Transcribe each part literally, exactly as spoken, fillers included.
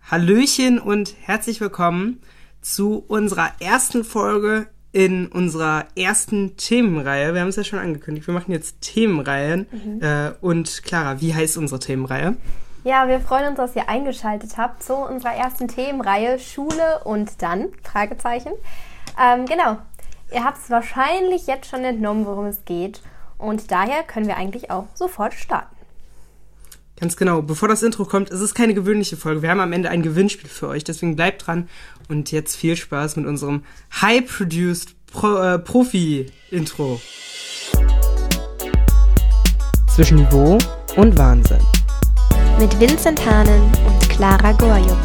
Hallöchen und herzlich willkommen zu unserer ersten Folge in unserer ersten Themenreihe. Wir haben es ja schon angekündigt, wir machen jetzt Themenreihen. Mhm. Äh, und Clara, wie heißt unsere Themenreihe? Ja, wir freuen uns, dass ihr eingeschaltet habt zu unserer ersten Themenreihe Schule und dann, Fragezeichen. Ähm, genau, ihr habt es wahrscheinlich jetzt schon entnommen, worum es geht. Und daher können wir eigentlich auch sofort starten. Ganz genau. Bevor das Intro kommt, es ist keine gewöhnliche Folge. Wir haben am Ende ein Gewinnspiel für euch, deswegen bleibt dran. Und jetzt viel Spaß mit unserem High-Produced Pro, äh, Profi-Intro. Zwischen Niveau und Wahnsinn. Mit Vincent Hahnen und Clara Gorjup.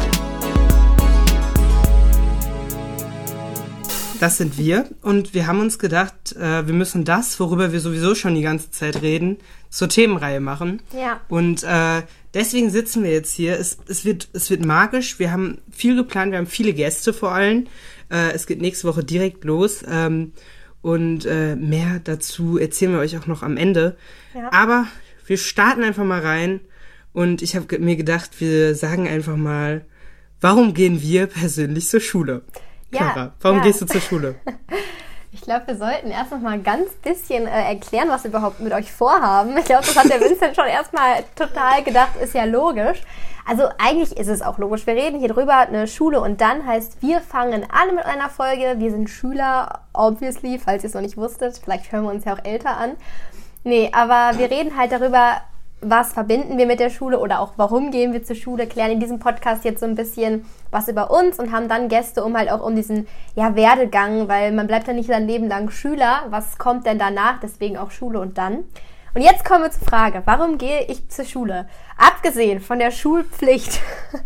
Das sind wir und wir haben uns gedacht, äh, wir müssen das, worüber wir sowieso schon die ganze Zeit reden, zur Themenreihe machen. Ja. Und äh, deswegen sitzen wir jetzt hier. Es, es, wird, es wird magisch. Wir haben viel geplant, wir haben viele Gäste vor allem. Äh, es geht nächste Woche direkt los. Ähm, und äh, mehr dazu erzählen wir euch auch noch am Ende. Ja. Aber wir starten einfach mal rein. Und ich habe mir gedacht, wir sagen einfach mal, warum gehen wir persönlich zur Schule? Clara, ja, warum ja. gehst du zur Schule? Ich glaube, wir sollten erst noch mal ein ganz bisschen äh, erklären, was wir überhaupt mit euch vorhaben. Ich glaube, das hat der Vincent schon erstmal total gedacht, ist ja logisch. Also eigentlich ist es auch logisch. Wir reden hier drüber, eine Schule und dann heißt, wir fangen an mit einer Folge. Wir sind Schüler, obviously, falls ihr es noch nicht wusstet. Vielleicht hören wir uns ja auch älter an. Nee, aber wir reden halt darüber, was verbinden wir mit der Schule oder auch warum gehen wir zur Schule, klären in diesem Podcast jetzt so ein bisschen was über uns und haben dann Gäste, um halt auch um diesen ja, Werdegang, weil man bleibt ja nicht sein Leben lang Schüler, was kommt denn danach, deswegen auch Schule und dann. Und jetzt kommen wir zur Frage, warum gehe ich zur Schule? Abgesehen von der Schulpflicht.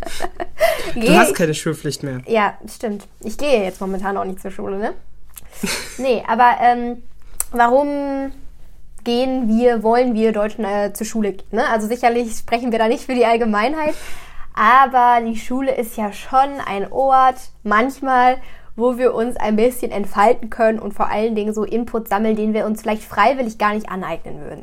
Du hast keine Schulpflicht mehr. Ja, stimmt. Ich gehe jetzt momentan auch nicht zur Schule, ne? Nee, aber ähm, warum gehen wir, wollen wir Deutschen äh, zur Schule gehen. Ne? Also sicherlich sprechen wir da nicht für die Allgemeinheit, aber die Schule ist ja schon ein Ort, manchmal, wo wir uns ein bisschen entfalten können und vor allen Dingen so Input sammeln, den wir uns vielleicht freiwillig gar nicht aneignen würden.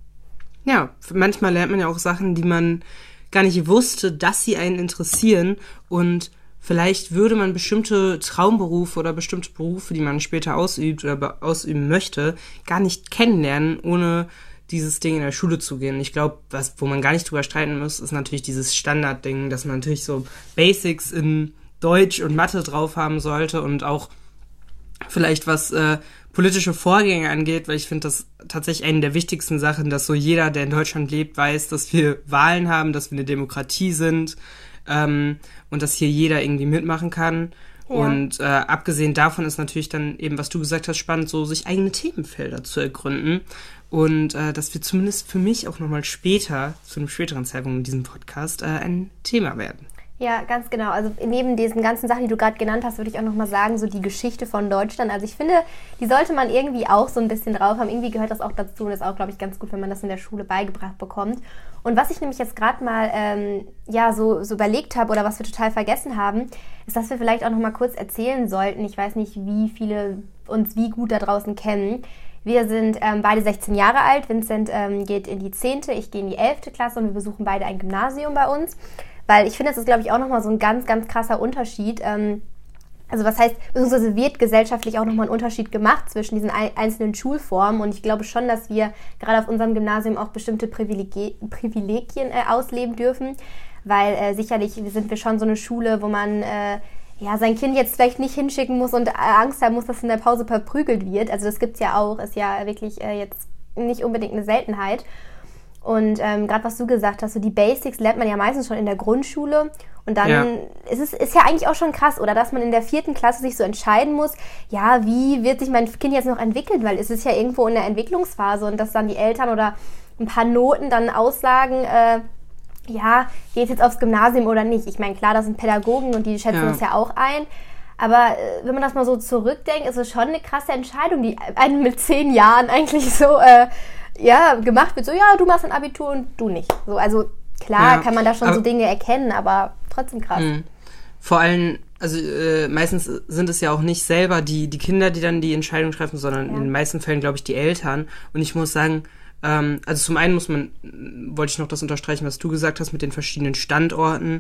Ja, manchmal lernt man ja auch Sachen, die man gar nicht wusste, dass sie einen interessieren und vielleicht würde man bestimmte Traumberufe oder bestimmte Berufe, die man später ausübt oder be- ausüben möchte, gar nicht kennenlernen, ohne dieses Ding in der Schule zu gehen. Ich glaube, was wo man gar nicht drüber streiten muss, ist natürlich dieses Standardding, dass man natürlich so Basics in Deutsch und Mathe drauf haben sollte und auch vielleicht was äh, politische Vorgänge angeht, weil ich finde das tatsächlich eine der wichtigsten Sachen, dass so jeder, der in Deutschland lebt, weiß, dass wir Wahlen haben, dass wir eine Demokratie sind, Ähm, und dass hier jeder irgendwie mitmachen kann. Ja. Und äh, abgesehen davon ist natürlich dann eben, was du gesagt hast, spannend, so sich eigene Themenfelder zu ergründen. Und äh, das wird zumindest für mich auch nochmal später, zu einem späteren Zeitpunkt in diesem Podcast, äh, ein Thema werden. Ja, ganz genau. Also neben diesen ganzen Sachen, die du gerade genannt hast, würde ich auch nochmal sagen, so die Geschichte von Deutschland. Also ich finde, die sollte man irgendwie auch so ein bisschen drauf haben. Irgendwie gehört das auch dazu und ist auch, glaube ich, ganz gut, wenn man das in der Schule beigebracht bekommt. Und was ich nämlich jetzt gerade mal ähm, ja so, so überlegt habe oder was wir total vergessen haben, ist, dass wir vielleicht auch nochmal kurz erzählen sollten. Ich weiß nicht, wie viele uns wie gut da draußen kennen. Wir sind ähm, beide sechzehn Jahre alt. Vincent ähm, geht in die zehnte, ich gehe in die elfte Klasse und wir besuchen beide ein Gymnasium bei uns. Weil ich finde, das ist, glaube ich, auch nochmal so ein ganz, ganz krasser Unterschied. Ähm, also was heißt, beziehungsweise wird gesellschaftlich auch nochmal ein Unterschied gemacht zwischen diesen einzelnen Schulformen. Und ich glaube schon, dass wir gerade auf unserem Gymnasium auch bestimmte Privileg- Privilegien äh, ausleben dürfen. Weil äh, sicherlich sind wir schon so eine Schule, wo man äh, ja sein Kind jetzt vielleicht nicht hinschicken muss und äh, Angst haben muss, dass in der Pause verprügelt wird. Also das gibt's ja auch, ist ja wirklich äh, jetzt nicht unbedingt eine Seltenheit. Und ähm, gerade was du gesagt hast, so die Basics lernt man ja meistens schon in der Grundschule. Und dann ja. ist es ist ja eigentlich auch schon krass, oder dass man in der vierten Klasse sich so entscheiden muss, ja, wie wird sich mein Kind jetzt noch entwickeln? Weil es ist ja irgendwo in der Entwicklungsphase und dass dann die Eltern oder ein paar Noten dann aussagen, äh, ja, geht jetzt aufs Gymnasium oder nicht. Ich meine, klar, das sind Pädagogen und die schätzen ja. das ja auch ein. Aber äh, wenn man das mal so zurückdenkt, ist es schon eine krasse Entscheidung, die einem mit zehn Jahren eigentlich so... Äh, ja, gemacht wird, so, ja, du machst ein Abitur und du nicht. So, also klar ja, kann man da schon aber, so Dinge erkennen, aber trotzdem krass. Mh. Vor allem, also äh, meistens sind es ja auch nicht selber die, die Kinder, die dann die Entscheidung treffen, sondern ja. in den meisten Fällen, glaube ich, die Eltern. Und ich muss sagen, ähm, also zum einen muss man, wollte ich noch das unterstreichen, was du gesagt hast mit den verschiedenen Standorten,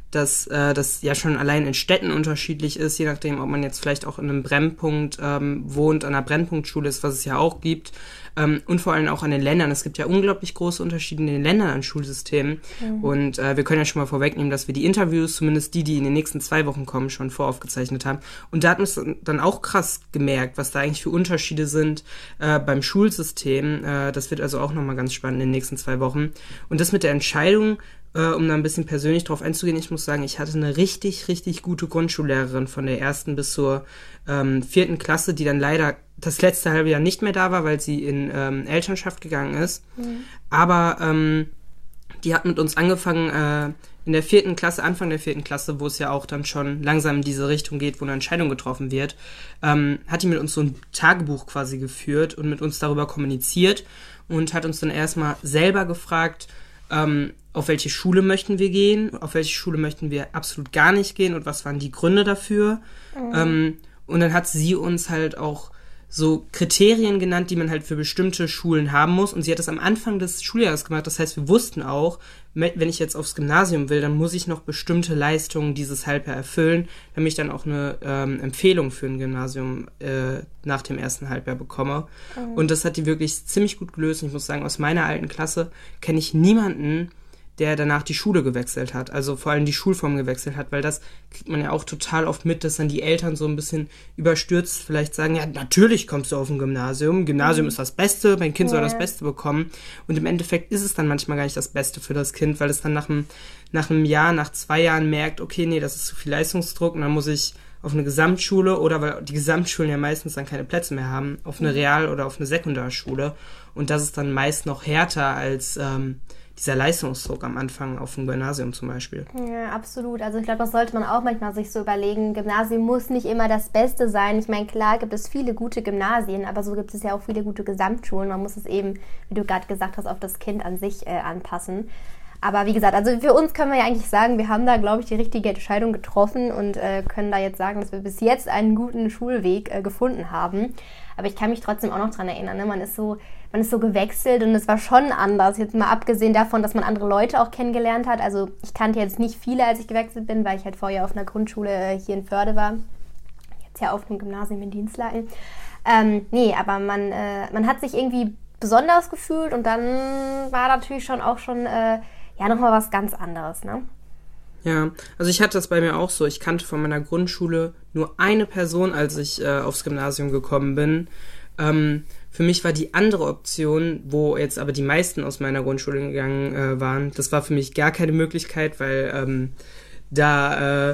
dass äh, das ja schon allein in Städten unterschiedlich ist, je nachdem, ob man jetzt vielleicht auch in einem Brennpunkt ähm, wohnt, an einer Brennpunktschule ist, was es ja auch gibt. Ähm, und vor allem auch an den Ländern. Es gibt ja unglaublich große Unterschiede in den Ländern an Schulsystemen. Mhm. Und äh, wir können ja schon mal vorwegnehmen, dass wir die Interviews, zumindest die, die in den nächsten zwei Wochen kommen, schon voraufgezeichnet haben. Und da hat man es dann auch krass gemerkt, was da eigentlich für Unterschiede sind äh, beim Schulsystem. Äh, das wird also auch nochmal ganz spannend in den nächsten zwei Wochen. Und das mit der Entscheidung, äh, um da ein bisschen persönlich drauf einzugehen, ich muss sagen, ich hatte eine richtig, richtig gute Grundschullehrerin von der ersten bis zur ähm, vierten Klasse, die dann leider das letzte halbe Jahr nicht mehr da war, weil sie in ähm, Elternschaft gegangen ist. Mhm. Aber ähm, die hat mit uns angefangen äh, in der vierten Klasse, Anfang der vierten Klasse, wo es ja auch dann schon langsam in diese Richtung geht, wo eine Entscheidung getroffen wird, ähm, hat die mit uns so ein Tagebuch quasi geführt und mit uns darüber kommuniziert und hat uns dann erstmal selber gefragt, ähm, auf welche Schule möchten wir gehen, auf welche Schule möchten wir absolut gar nicht gehen und was waren die Gründe dafür. Mhm. Ähm, und dann hat sie uns halt auch so Kriterien genannt, die man halt für bestimmte Schulen haben muss. Und sie hat das am Anfang des Schuljahres gemacht. Das heißt, wir wussten auch, wenn ich jetzt aufs Gymnasium will, dann muss ich noch bestimmte Leistungen dieses Halbjahr erfüllen, damit ich dann auch eine ähm, Empfehlung für ein Gymnasium äh, nach dem ersten Halbjahr bekomme. Mhm. Und das hat die wirklich ziemlich gut gelöst. Und ich muss sagen, aus meiner alten Klasse kenne ich niemanden, der danach die Schule gewechselt hat, also vor allem die Schulform gewechselt hat, weil das kriegt man ja auch total oft mit, dass dann die Eltern so ein bisschen überstürzt vielleicht sagen, ja, natürlich kommst du auf ein Gymnasium, Gymnasium mhm. ist das Beste, mein Kind ja. soll das Beste bekommen und im Endeffekt ist es dann manchmal gar nicht das Beste für das Kind, weil es dann nach einem, nach einem Jahr, nach zwei Jahren merkt, okay, nee, das ist zu viel Leistungsdruck und dann muss ich auf eine Gesamtschule oder, weil die Gesamtschulen ja meistens dann keine Plätze mehr haben, auf eine Real- oder auf eine Sekundarschule und das ist dann meist noch härter als ähm, dieser Leistungsdruck am Anfang auf dem Gymnasium zum Beispiel. Ja, absolut. Also ich glaube, das sollte man auch manchmal sich so überlegen. Gymnasium muss nicht immer das Beste sein. Ich meine, klar gibt es viele gute Gymnasien, aber so gibt es ja auch viele gute Gesamtschulen. Man muss es eben, wie du gerade gesagt hast, auf das Kind an sich äh, anpassen. Aber wie gesagt, also für uns können wir ja eigentlich sagen, wir haben da, glaube ich, die richtige Entscheidung getroffen und äh, können da jetzt sagen, dass wir bis jetzt einen guten Schulweg äh, gefunden haben. Aber ich kann mich trotzdem auch noch dran erinnern, ne? Man ist so, man ist so gewechselt und es war schon anders. Jetzt mal abgesehen davon, dass man andere Leute auch kennengelernt hat. Also ich kannte jetzt nicht viele, als ich gewechselt bin, weil ich halt vorher auf einer Grundschule äh, hier in Förde war. Jetzt ja auf einem Gymnasium in Dinslaken. Ähm, nee, aber man, äh, man hat sich irgendwie besonders gefühlt und dann war natürlich schon auch schon... Äh, ja, nochmal was ganz anderes, ne? Ja, also ich hatte das bei mir auch so. Ich kannte von meiner Grundschule nur eine Person, als ich äh, aufs Gymnasium gekommen bin. Ähm, für mich war die andere Option, wo jetzt aber die meisten aus meiner Grundschule gegangen äh, waren, das war für mich gar keine Möglichkeit, weil ähm, da... Äh,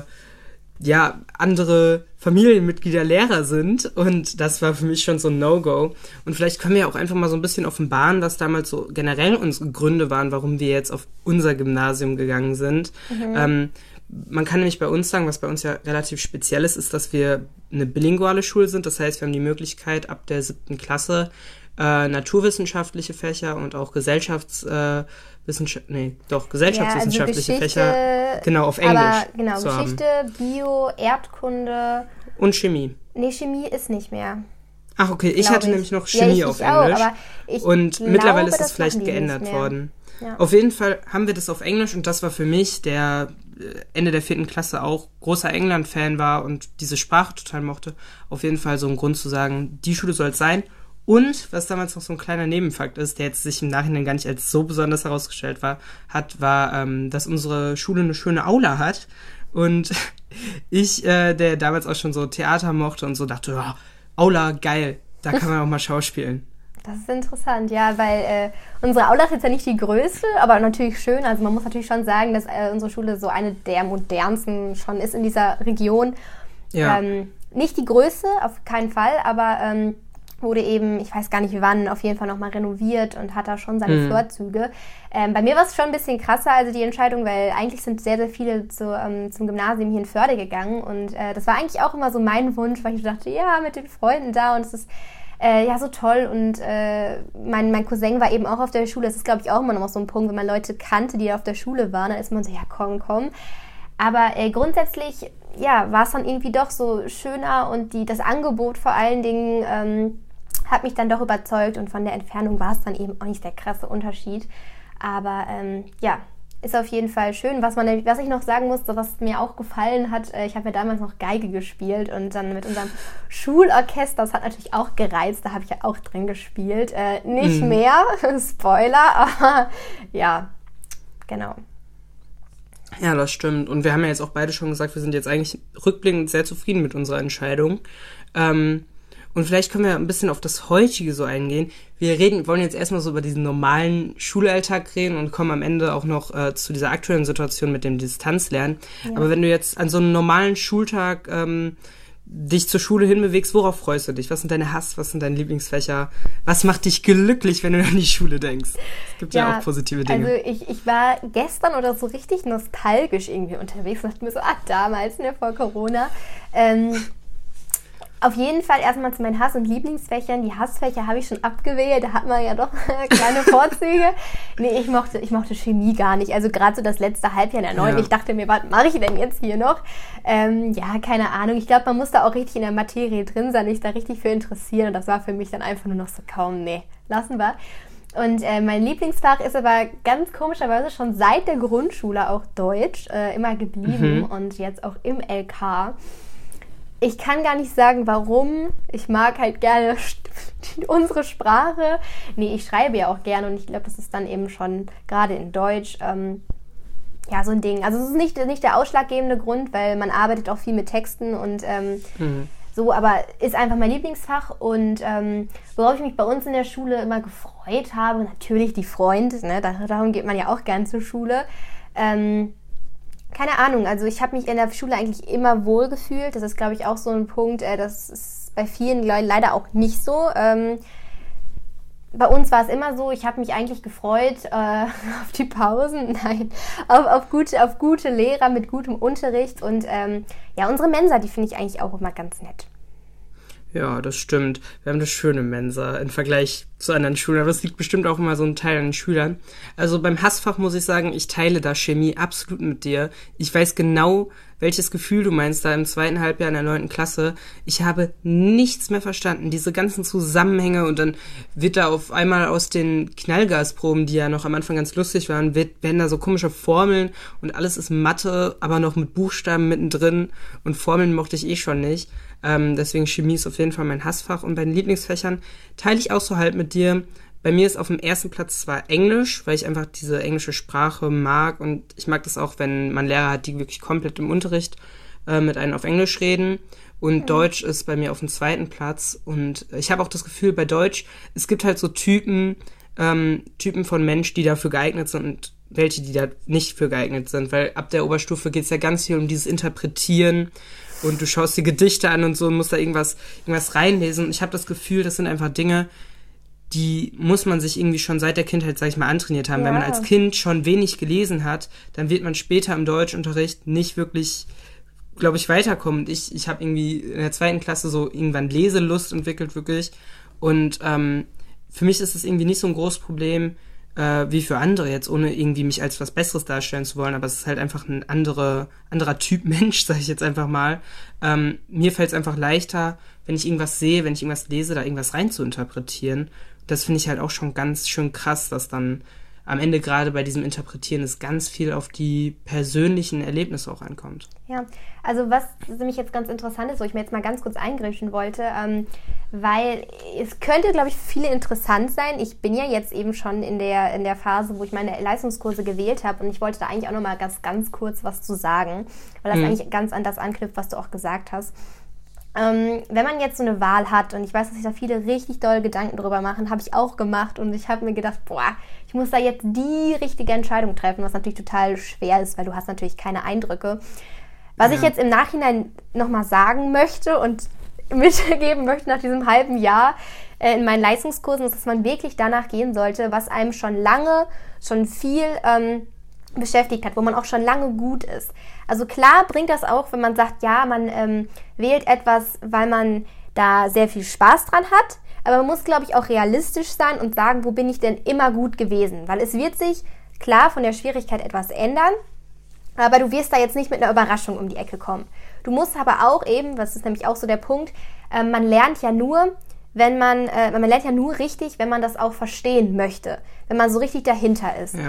ja, andere Familienmitglieder Lehrer sind und das war für mich schon so ein No-Go. Und vielleicht können wir ja auch einfach mal so ein bisschen offenbaren, was damals so generell unsere Gründe waren, warum wir jetzt auf unser Gymnasium gegangen sind. Mhm. Ähm, man kann nämlich bei uns sagen, was bei uns ja relativ speziell ist, ist, dass wir eine bilinguale Schule sind. Das heißt, wir haben die Möglichkeit, ab der siebten Klasse äh, naturwissenschaftliche Fächer und auch Gesellschafts- äh, Wissenschaft, nee, doch, gesellschaftswissenschaftliche ja, also Fächer, genau, auf Englisch aber, genau, zu Geschichte, haben. Bio, Erdkunde. Und Chemie. Nee, Chemie ist nicht mehr. Ach, okay, ich hatte ich. nämlich noch Chemie ja, ich, auf ich Englisch. Auch, aber ich und glaube, mittlerweile ist das das vielleicht geändert worden. Ja. Auf jeden Fall haben wir das auf Englisch und das war für mich, der Ende der vierten Klasse auch großer England-Fan war und diese Sprache total mochte, auf jeden Fall so ein Grund zu sagen, die Schule soll es sein. Und, was damals noch so ein kleiner Nebenfakt ist, der jetzt sich im Nachhinein gar nicht als so besonders herausgestellt war, hat, war, ähm, dass unsere Schule eine schöne Aula hat. Und ich, äh, der damals auch schon so Theater mochte und so, dachte, oh, Aula, geil, da kann man auch mal schauspielen. Das ist interessant, ja, weil äh, unsere Aula ist jetzt ja nicht die größte, aber natürlich schön. Also man muss natürlich schon sagen, dass äh, unsere Schule so eine der modernsten schon ist in dieser Region. Ja. Ähm, nicht die größte, auf keinen Fall, aber... Ähm, wurde eben, ich weiß gar nicht wann, auf jeden Fall nochmal renoviert und hat da schon seine mhm. Vorzüge. Ähm, bei mir war es schon ein bisschen krasser, also die Entscheidung, weil eigentlich sind sehr, sehr viele zu, ähm, zum Gymnasium hier in Förde gegangen und äh, das war eigentlich auch immer so mein Wunsch, weil ich dachte, ja, mit den Freunden da und es ist äh, ja so toll und äh, mein, mein Cousin war eben auch auf der Schule, das ist glaube ich auch immer noch so ein Punkt, wenn man Leute kannte, die auf der Schule waren, dann ist man so, ja komm, komm. Aber äh, grundsätzlich, ja, war es dann irgendwie doch so schöner und die, das Angebot vor allen Dingen ähm, hat mich dann doch überzeugt und von der Entfernung war es dann eben auch nicht der krasse Unterschied. Aber ähm, ja, ist auf jeden Fall schön. Was man, was ich noch sagen musste, was mir auch gefallen hat, ich habe ja damals noch Geige gespielt und dann mit unserem Schulorchester, das hat natürlich auch gereizt, da habe ich ja auch drin gespielt. Äh, nicht mhm. mehr, Spoiler, aber ja, genau. Ja, das stimmt. Und wir haben ja jetzt auch beide schon gesagt, wir sind jetzt eigentlich rückblickend sehr zufrieden mit unserer Entscheidung. Ähm, Und vielleicht können wir ein bisschen auf das Heutige so eingehen. Wir reden, wollen jetzt erstmal so über diesen normalen Schulalltag reden und kommen am Ende auch noch äh, zu dieser aktuellen Situation mit dem Distanzlernen. Ja. Aber wenn du jetzt an so einem normalen Schultag ähm, dich zur Schule hinbewegst, worauf freust du dich? Was sind deine Hass? Was sind deine Lieblingsfächer? Was macht dich glücklich, wenn du an die Schule denkst? Es gibt ja, ja auch positive Dinge. Also ich, ich war gestern oder so richtig nostalgisch irgendwie unterwegs und dachte mir so, ah, damals, ne, vor Corona. Ähm, Auf jeden Fall erstmal zu meinen Hass- und Lieblingsfächern. Die Hassfächer habe ich schon abgewählt, da hat man ja doch kleine Vorzüge. Nee, ich mochte, ich mochte Chemie gar nicht. Also gerade so das letzte Halbjahr in der neunten. Ja. Ich dachte mir, was mache ich denn jetzt hier noch? Ähm, ja, keine Ahnung. Ich glaube, man muss da auch richtig in der Materie drin sein, sich da richtig für interessieren. Und das war für mich dann einfach nur noch so kaum, nee, lassen wir. Und äh, mein Lieblingsfach ist aber ganz komischerweise schon seit der Grundschule auch Deutsch äh, immer geblieben. Mhm. Und jetzt auch im L K. Ich kann gar nicht sagen, warum. Ich mag halt gerne unsere Sprache. Nee, ich schreibe ja auch gerne und ich glaube, das ist dann eben schon gerade in Deutsch ähm, ja so ein Ding. Also es ist nicht, nicht der ausschlaggebende Grund, weil man arbeitet auch viel mit Texten und ähm, mhm. so, aber ist einfach mein Lieblingsfach und ähm, worauf ich mich bei uns in der Schule immer gefreut habe, natürlich die Freunde, ne? Darum geht man ja auch gern zur Schule. Ähm, Keine Ahnung, also ich habe mich in der Schule eigentlich immer wohl gefühlt. Das ist, glaube ich, auch so ein Punkt, äh, das ist bei vielen Leuten leider auch nicht so. Ähm, bei uns war es immer so, ich habe mich eigentlich gefreut äh, auf die Pausen, nein, auf, auf, gute, auf gute Lehrer mit gutem Unterricht. Und ähm, ja, unsere Mensa, die finde ich eigentlich auch immer ganz nett. Ja, das stimmt. Wir haben eine schöne Mensa im Vergleich zu anderen Schulen, aber das liegt bestimmt auch immer so ein Teil an den Schülern. Also beim Hassfach muss ich sagen, ich teile da Chemie absolut mit dir. Ich weiß genau, welches Gefühl du meinst da im zweiten Halbjahr in der neunten Klasse. Ich habe nichts mehr verstanden, diese ganzen Zusammenhänge und dann wird da auf einmal aus den Knallgasproben, die ja noch am Anfang ganz lustig waren, wird, werden da so komische Formeln und alles ist Mathe, aber noch mit Buchstaben mittendrin und Formeln mochte ich eh schon nicht. Ähm, deswegen Chemie ist auf jeden Fall mein Hassfach und bei den Lieblingsfächern teile ich auch so halt mit dir. Bei mir ist auf dem ersten Platz zwar Englisch, weil ich einfach diese englische Sprache mag und ich mag das auch, wenn man Lehrer hat, die wirklich komplett im Unterricht äh, mit einem auf Englisch reden und mhm. Deutsch ist bei mir auf dem zweiten Platz und ich habe auch das Gefühl, bei Deutsch, es gibt halt so Typen, ähm, Typen von Mensch, die dafür geeignet sind und welche, die da nicht für geeignet sind, weil ab der Oberstufe geht es ja ganz viel um dieses Interpretieren und du schaust dir Gedichte an und so und musst da irgendwas, irgendwas reinlesen. Ich habe das Gefühl, das sind einfach Dinge, die muss man sich irgendwie schon seit der Kindheit, sag ich mal, antrainiert haben. Ja. Wenn man als Kind schon wenig gelesen hat, dann wird man später im Deutschunterricht nicht wirklich, glaube ich, weiterkommen. Und ich, ich habe irgendwie in der zweiten Klasse so irgendwann Leselust entwickelt, wirklich. Und ähm, für mich ist es irgendwie nicht so ein großes Problem, äh, wie für andere jetzt, ohne irgendwie mich als was Besseres darstellen zu wollen, aber es ist halt einfach ein andere, anderer Typ Mensch, sage ich jetzt einfach mal. Ähm, mir fällt es einfach leichter, wenn ich irgendwas sehe, wenn ich irgendwas lese, da irgendwas rein zu interpretieren. Das finde ich halt auch schon ganz schön krass, dass dann am Ende gerade bei diesem Interpretieren es ganz viel auf die persönlichen Erlebnisse auch ankommt. Ja, also was nämlich jetzt ganz interessant ist, wo ich mir jetzt mal ganz kurz eingrätschen wollte, ähm, weil es könnte, glaube ich, für viele interessant sein. Ich bin ja jetzt eben schon in der, in der Phase, wo ich meine Leistungskurse gewählt habe und ich wollte da eigentlich auch nochmal ganz, ganz kurz was zu sagen, weil das mhm. eigentlich ganz an das anknüpft, was du auch gesagt hast. Ähm, wenn man jetzt so eine Wahl hat, und ich weiß, dass sich da viele richtig doll Gedanken drüber machen, habe ich auch gemacht und ich habe mir gedacht, boah, ich muss da jetzt die richtige Entscheidung treffen, was natürlich total schwer ist, weil du hast natürlich keine Eindrücke. Was ja. ich jetzt im Nachhinein nochmal sagen möchte und mitgeben möchte nach diesem halben Jahr äh, in meinen Leistungskursen, ist, dass man wirklich danach gehen sollte, was einem schon lange, schon viel ähm, beschäftigt hat, wo man auch schon lange gut ist. Also klar bringt das auch, wenn man sagt, ja, man ähm, wählt etwas, weil man da sehr viel Spaß dran hat, aber man muss, glaube ich, auch realistisch sein und sagen, wo bin ich denn immer gut gewesen? Weil es wird sich, klar, von der Schwierigkeit etwas ändern, aber du wirst da jetzt nicht mit einer Überraschung um die Ecke kommen. Du musst aber auch eben, das ist nämlich auch so der Punkt, äh, man lernt ja nur, wenn man, äh, man lernt ja nur richtig, wenn man das auch verstehen möchte, wenn man so richtig dahinter ist. Ja.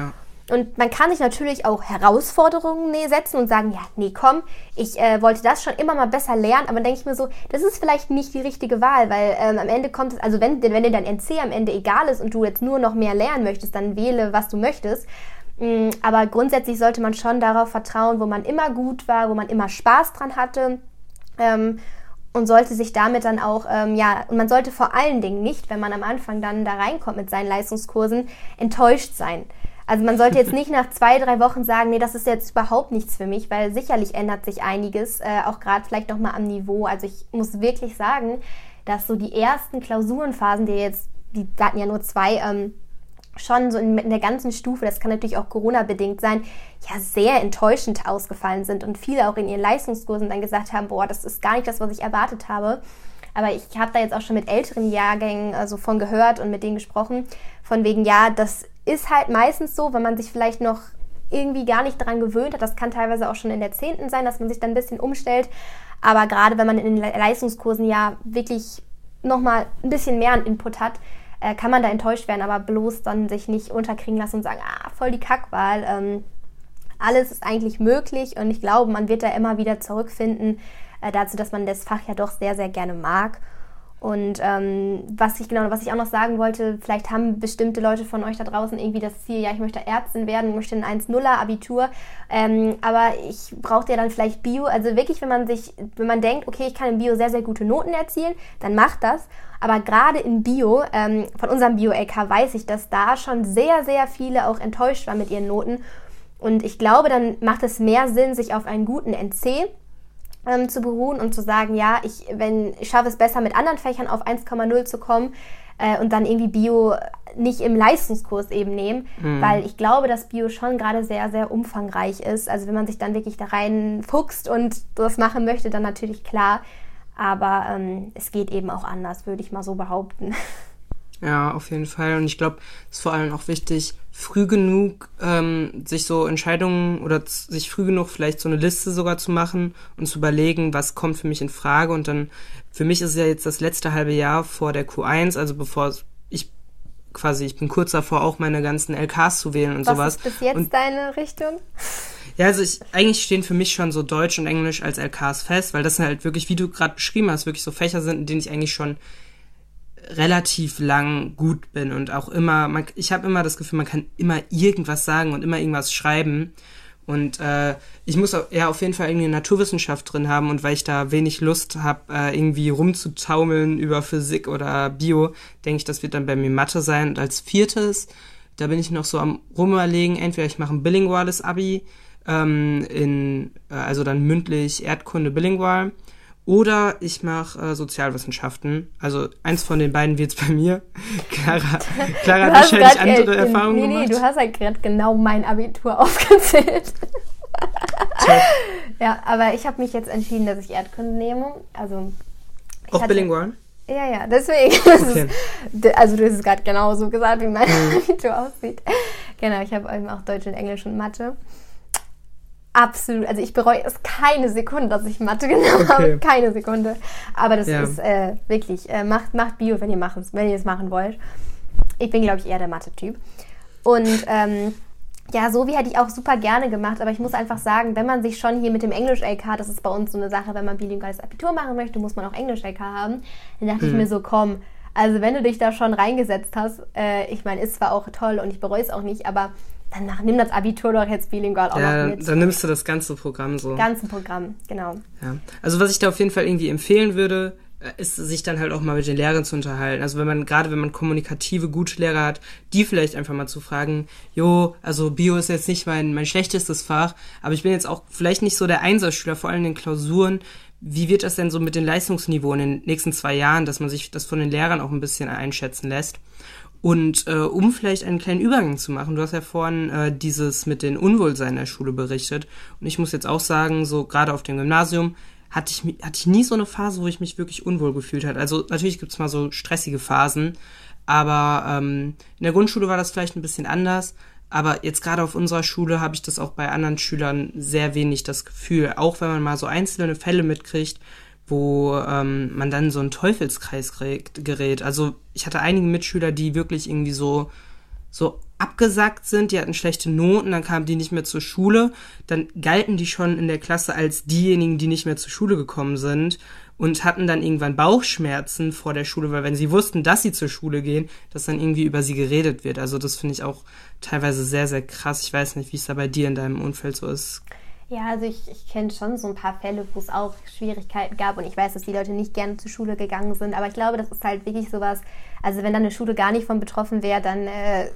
Und man kann sich natürlich auch Herausforderungen setzen und sagen, ja, nee, komm, ich äh, wollte das schon immer mal besser lernen, aber dann denke ich mir so, das ist vielleicht nicht die richtige Wahl, weil ähm, am Ende kommt es, also wenn, wenn dir dein N C am Ende egal ist und du jetzt nur noch mehr lernen möchtest, dann wähle, was du möchtest. Ähm, aber grundsätzlich sollte man schon darauf vertrauen, wo man immer gut war, wo man immer Spaß dran hatte, ähm, und sollte sich damit dann auch, ähm, ja, und man sollte vor allen Dingen nicht, wenn man am Anfang dann da reinkommt mit seinen Leistungskursen, enttäuscht sein. Also man sollte jetzt nicht nach zwei, drei Wochen sagen, nee, das ist jetzt überhaupt nichts für mich, weil sicherlich ändert sich einiges, äh, auch gerade vielleicht nochmal am Niveau. Also ich muss wirklich sagen, dass so die ersten Klausurenphasen, die jetzt, die hatten ja nur zwei, ähm, schon so in, in der ganzen Stufe, das kann natürlich auch Corona-bedingt sein, ja sehr enttäuschend ausgefallen sind und viele auch in ihren Leistungskursen dann gesagt haben, boah, das ist gar nicht das, was ich erwartet habe. Aber ich habe da jetzt auch schon mit älteren Jahrgängen also von gehört und mit denen gesprochen, von wegen, ja, das ist halt meistens so, wenn man sich vielleicht noch irgendwie gar nicht daran gewöhnt hat, das kann teilweise auch schon in der zehnten sein, dass man sich dann ein bisschen umstellt, aber gerade wenn man in den Leistungskursen ja wirklich nochmal ein bisschen mehr an Input hat, äh, kann man da enttäuscht werden, aber bloß dann sich nicht unterkriegen lassen und sagen, ah, voll die Kackwahl, ähm, alles ist eigentlich möglich und ich glaube, man wird da immer wieder zurückfinden äh, dazu, dass man das Fach ja doch sehr, sehr gerne mag. Und ähm, was ich genau, was ich auch noch sagen wollte, vielleicht haben bestimmte Leute von euch da draußen irgendwie das Ziel, ja, ich möchte Ärztin werden, ich möchte ein eins Komma nuller Abitur, ähm, aber ich brauche ja dann vielleicht Bio. Also wirklich, wenn man sich, wenn man denkt, okay, ich kann in Bio sehr, sehr gute Noten erzielen, dann macht das. Aber gerade in Bio, ähm, von unserem Bio-L K weiß ich, dass da schon sehr, sehr viele auch enttäuscht waren mit ihren Noten. Und ich glaube, dann macht es mehr Sinn, sich auf einen guten N C ähm, zu beruhen und zu sagen, ja, ich, wenn, ich schaffe es besser, mit anderen Fächern auf eins Komma null zu kommen äh, und dann irgendwie Bio nicht im Leistungskurs eben nehmen, mhm. weil ich glaube, dass Bio schon gerade sehr, sehr umfangreich ist. Also wenn man sich dann wirklich da reinfuchst und das machen möchte, dann natürlich klar, aber ähm, es geht eben auch anders, würde ich mal so behaupten. Ja, auf jeden Fall. Und ich glaube, es ist vor allem auch wichtig, früh genug ähm, sich so Entscheidungen oder z- sich früh genug vielleicht so eine Liste sogar zu machen und zu überlegen, was kommt für mich in Frage. Und dann, für mich ist es ja jetzt das letzte halbe Jahr vor der Q eins, also bevor ich quasi, ich bin kurz davor, auch meine ganzen L Ks zu wählen und was sowas. Was ist bis jetzt und, deine Richtung? Ja, also ich, eigentlich stehen für mich schon so Deutsch und Englisch als L Ks fest, weil das sind halt wirklich, wie du gerade beschrieben hast, wirklich so Fächer sind, in denen ich eigentlich schon relativ lang gut bin und auch immer, man, ich habe immer das Gefühl, man kann immer irgendwas sagen und immer irgendwas schreiben und äh, ich muss auch, ja auf jeden Fall irgendwie eine Naturwissenschaft drin haben und weil ich da wenig Lust habe, äh, irgendwie rumzutaumeln über Physik oder Bio, denke ich, das wird dann bei mir Mathe sein. Und als viertes, da bin ich noch so am Rumüberlegen, entweder ich mache ein bilinguales Abi, ähm, in, äh, also dann mündlich Erdkunde bilingual, oder ich mache äh, Sozialwissenschaften. Also eins von den beiden wird's bei mir. Clara, Clara hat wahrscheinlich andere äh, Erfahrungen nee, gemacht. Nee, du hast halt gerade genau mein Abitur aufgezählt. Ja, aber ich habe mich jetzt entschieden, dass ich Erdkunde nehme. Also auch hatte, bilingual? Ja, ja, deswegen. Okay. Ist, also du hast es gerade genauso gesagt, wie mein mhm. Abitur aussieht. Genau, ich habe eben auch Deutsch und Englisch und Mathe. Absolut, also ich bereue es keine Sekunde, dass ich Mathe genommen okay. habe, keine Sekunde. Aber das ja. ist äh, wirklich, äh, macht, macht Bio, wenn ihr machen, wenn ihr es machen wollt. Ich bin, glaube ich, eher der Mathe-Typ. Und ähm, ja, so wie hätte ich auch super gerne gemacht, aber ich muss einfach sagen, wenn man sich schon hier mit dem Englisch-L K, das ist bei uns so eine Sache, wenn man bilinguales Abitur machen möchte, muss man auch Englisch-L K haben. Dann dachte hm. ich mir so, komm, also wenn du dich da schon reingesetzt hast, äh, ich meine, ist zwar auch toll und ich bereue es auch nicht, aber dann nimm das Abitur doch jetzt bilingual auch ja, noch mit. Dann nimmst du das ganze Programm so. Ganze Programm, genau. Ja. Also was ich da auf jeden Fall irgendwie empfehlen würde, ist, sich dann halt auch mal mit den Lehrern zu unterhalten. Also wenn man, gerade wenn man kommunikative, gute Lehrer hat, die vielleicht einfach mal zu fragen, jo, also Bio ist jetzt nicht mein, mein schlechtestes Fach, aber ich bin jetzt auch vielleicht nicht so der Einserschüler, vor allem in den Klausuren. Wie wird das denn so mit den Leistungsniveaus in den nächsten zwei Jahren, dass man sich das von den Lehrern auch ein bisschen einschätzen lässt? Und äh, um vielleicht einen kleinen Übergang zu machen, du hast ja vorhin äh, dieses mit den Unwohlsein in der Schule berichtet. Und ich muss jetzt auch sagen, so gerade auf dem Gymnasium hatte ich, hatte ich nie so eine Phase, wo ich mich wirklich unwohl gefühlt habe. Also natürlich gibt's mal so stressige Phasen, aber ähm, in der Grundschule war das vielleicht ein bisschen anders. Aber jetzt gerade auf unserer Schule habe ich das auch bei anderen Schülern sehr wenig das Gefühl. Auch wenn man mal so einzelne Fälle mitkriegt, wo ähm, man dann so einen Teufelskreis gerät. Also ich hatte einige Mitschüler, die wirklich irgendwie so so abgesackt sind, die hatten schlechte Noten, dann kamen die nicht mehr zur Schule, dann galten die schon in der Klasse als diejenigen, die nicht mehr zur Schule gekommen sind und hatten dann irgendwann Bauchschmerzen vor der Schule, weil wenn sie wussten, dass sie zur Schule gehen, dass dann irgendwie über sie geredet wird. Also das finde ich auch teilweise sehr, sehr krass. Ich weiß nicht, wie es da bei dir in deinem Umfeld so ist. Ja, also ich, ich kenne schon so ein paar Fälle, wo es auch Schwierigkeiten gab und ich weiß, dass die Leute nicht gerne zur Schule gegangen sind, aber ich glaube, das ist halt wirklich sowas, also wenn dann eine Schule gar nicht von betroffen wäre, dann äh,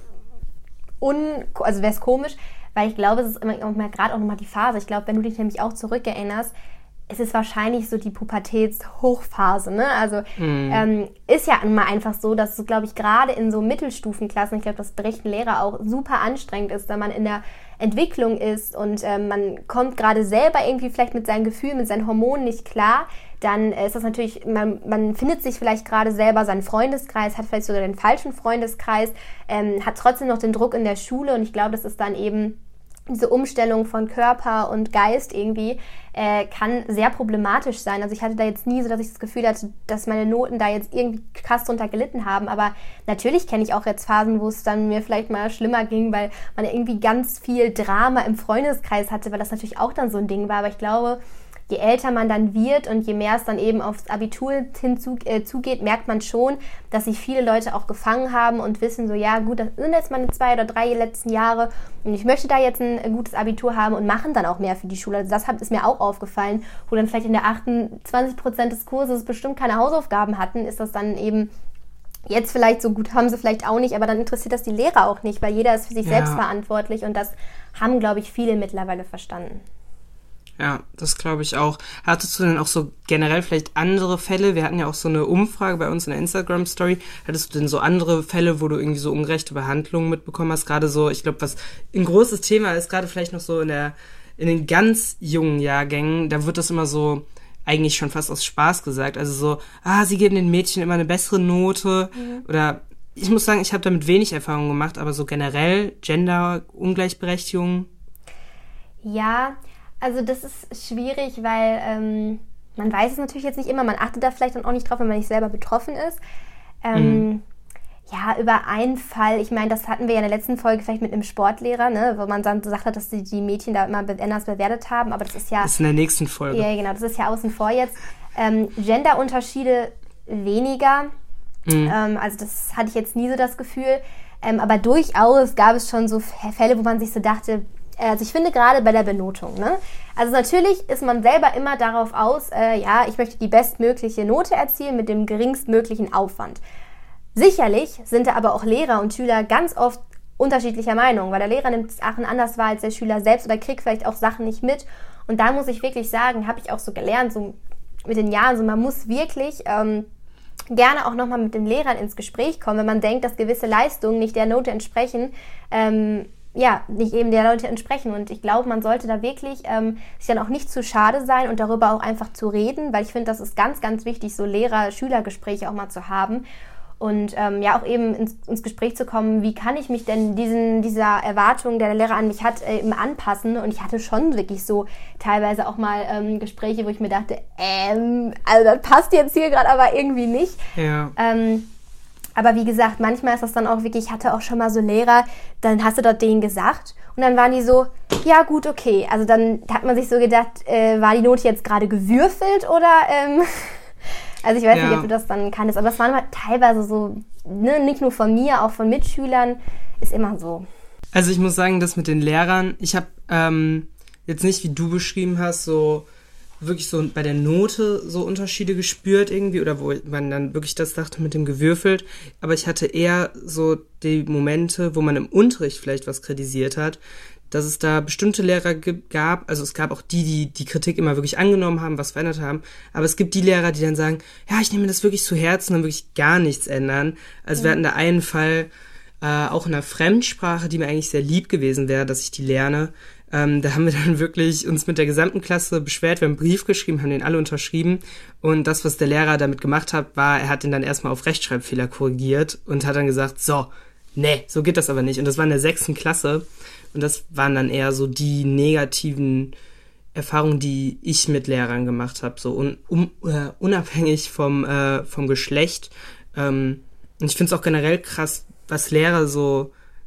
un, also wäre es komisch, weil ich glaube, es ist immer gerade auch nochmal die Phase. Ich glaube, wenn du dich nämlich auch zurückerinnerst, es ist wahrscheinlich so die Pubertätshochphase, ne? Also mhm. ähm, ist ja immer einfach so, dass es, glaube ich, gerade in so Mittelstufenklassen, ich glaube, das berichten Lehrer auch, super anstrengend ist, da man in der Entwicklung ist und ähm, man kommt gerade selber irgendwie vielleicht mit seinen Gefühlen, mit seinen Hormonen nicht klar, dann ist das natürlich, man, man findet sich vielleicht gerade selber seinen Freundeskreis, hat vielleicht sogar den falschen Freundeskreis, ähm, hat trotzdem noch den Druck in der Schule und ich glaube, das ist dann eben diese Umstellung von Körper und Geist irgendwie äh, kann sehr problematisch sein. Also ich hatte da jetzt nie so, dass ich das Gefühl hatte, dass meine Noten da jetzt irgendwie krass drunter gelitten haben. Aber natürlich kenne ich auch jetzt Phasen, wo es dann mir vielleicht mal schlimmer ging, weil man irgendwie ganz viel Drama im Freundeskreis hatte, weil das natürlich auch dann so ein Ding war. Aber ich glaube, je älter man dann wird und je mehr es dann eben aufs Abitur hinzugeht, äh, zugeht, merkt man schon, dass sich viele Leute auch gefangen haben und wissen so, ja gut, das sind jetzt meine zwei oder drei letzten Jahre und ich möchte da jetzt ein, ein gutes Abitur haben und machen dann auch mehr für die Schule. Also das ist mir auch aufgefallen, wo dann vielleicht in der achtundzwanzig Prozent des Kurses bestimmt keine Hausaufgaben hatten, ist das dann eben jetzt vielleicht so gut, haben sie vielleicht auch nicht, aber dann interessiert das die Lehrer auch nicht, weil jeder ist für sich ja selbst verantwortlich und das haben, glaube ich, viele mittlerweile verstanden. Ja, das glaube ich auch. Hattest du denn auch so generell vielleicht andere Fälle? Wir hatten ja auch so eine Umfrage bei uns in der Instagram-Story. Hattest du denn so andere Fälle, wo du irgendwie so ungerechte Behandlungen mitbekommen hast? Gerade so, ich glaube, was ein großes Thema ist, gerade vielleicht noch so in der in den ganz jungen Jahrgängen, da wird das immer so eigentlich schon fast aus Spaß gesagt. Also so, ah, sie geben den Mädchen immer eine bessere Note. Mhm. Oder ich muss sagen, ich habe damit wenig Erfahrung gemacht, aber so generell Gender-Ungleichberechtigung. Ja, also das ist schwierig, weil ähm, man weiß es natürlich jetzt nicht immer, man achtet da vielleicht dann auch nicht drauf, wenn man nicht selber betroffen ist. Ähm, mhm. Ja, über einen Fall, ich meine, das hatten wir ja in der letzten Folge vielleicht mit einem Sportlehrer, ne, wo man dann gesagt hat, dass die, die Mädchen da immer anders bewertet haben, aber das ist ja... Das ist in der nächsten Folge. Ja, genau, das ist ja außen vor jetzt. Ähm, Genderunterschiede weniger, mhm. ähm, also das hatte ich jetzt nie so das Gefühl, ähm, aber durchaus gab es schon so Fälle, wo man sich so dachte... Also ich finde gerade bei der Benotung, ne? Also natürlich ist man selber immer darauf aus, äh, ja, ich möchte die bestmögliche Note erzielen mit dem geringstmöglichen Aufwand. Sicherlich sind da aber auch Lehrer und Schüler ganz oft unterschiedlicher Meinung, weil der Lehrer nimmt Sachen anders wahr als der Schüler selbst oder kriegt vielleicht auch Sachen nicht mit. Und da muss ich wirklich sagen, habe ich auch so gelernt, so mit den Jahren, so man muss wirklich... Ähm, gerne auch nochmal mit den Lehrern ins Gespräch kommen, wenn man denkt, dass gewisse Leistungen nicht der Note entsprechen, ähm, ja, nicht eben der Leute entsprechen. Und ich glaube, man sollte da wirklich ähm, sich dann auch nicht zu schade sein und darüber auch einfach zu reden, weil ich finde, das ist ganz, ganz wichtig, so Lehrer-Schüler-Gespräche auch mal zu haben. Und ähm, ja, auch eben ins, ins Gespräch zu kommen, wie kann ich mich denn diesen, dieser Erwartung, der der Lehrer an mich hat, äh, eben anpassen. Und ich hatte schon wirklich so teilweise auch mal ähm, Gespräche, wo ich mir dachte, ähm, also das passt jetzt hier gerade aber irgendwie nicht. Ja. Ähm, Aber wie gesagt, manchmal ist das dann auch wirklich, ich hatte auch schon mal so Lehrer, dann hast du dort denen gesagt und dann waren die so, ja gut, okay. Also dann hat man sich so gedacht, äh, war die Note jetzt gerade gewürfelt oder, ähm, also ich weiß ja. nicht, ob du das dann kannst, aber es waren halt teilweise so, ne, nicht nur von mir, auch von Mitschülern, ist immer so. Also ich muss sagen, das mit den Lehrern, ich habe ähm, jetzt nicht, wie du beschrieben hast, so wirklich so bei der Note so Unterschiede gespürt irgendwie oder wo man dann wirklich das dachte mit dem gewürfelt, aber ich hatte eher so die Momente, wo man im Unterricht vielleicht was kritisiert hat, dass es da bestimmte Lehrer g- gab, also es gab auch die, die die Kritik immer wirklich angenommen haben, was verändert haben, aber es gibt die Lehrer, die dann sagen, ja, ich nehme das wirklich zu Herzen und wirklich gar nichts ändern. Also mhm. wir hatten da einen Fall, äh, auch in einer Fremdsprache, die mir eigentlich sehr lieb gewesen wäre, dass ich die lerne. Ähm, da haben wir dann wirklich uns mit der gesamten Klasse beschwert, wir haben einen Brief geschrieben, haben den alle unterschrieben und das, was der Lehrer damit gemacht hat, war, er hat den dann erstmal auf Rechtschreibfehler korrigiert und hat dann gesagt, so, nee, so geht das aber nicht. Und das war in der sechsten Klasse und das waren dann eher so die negativen Erfahrungen, die ich mit Lehrern gemacht habe, so un, um, äh, unabhängig vom, äh, vom Geschlecht. Ähm, und ich finde es auch generell krass, was Lehrer so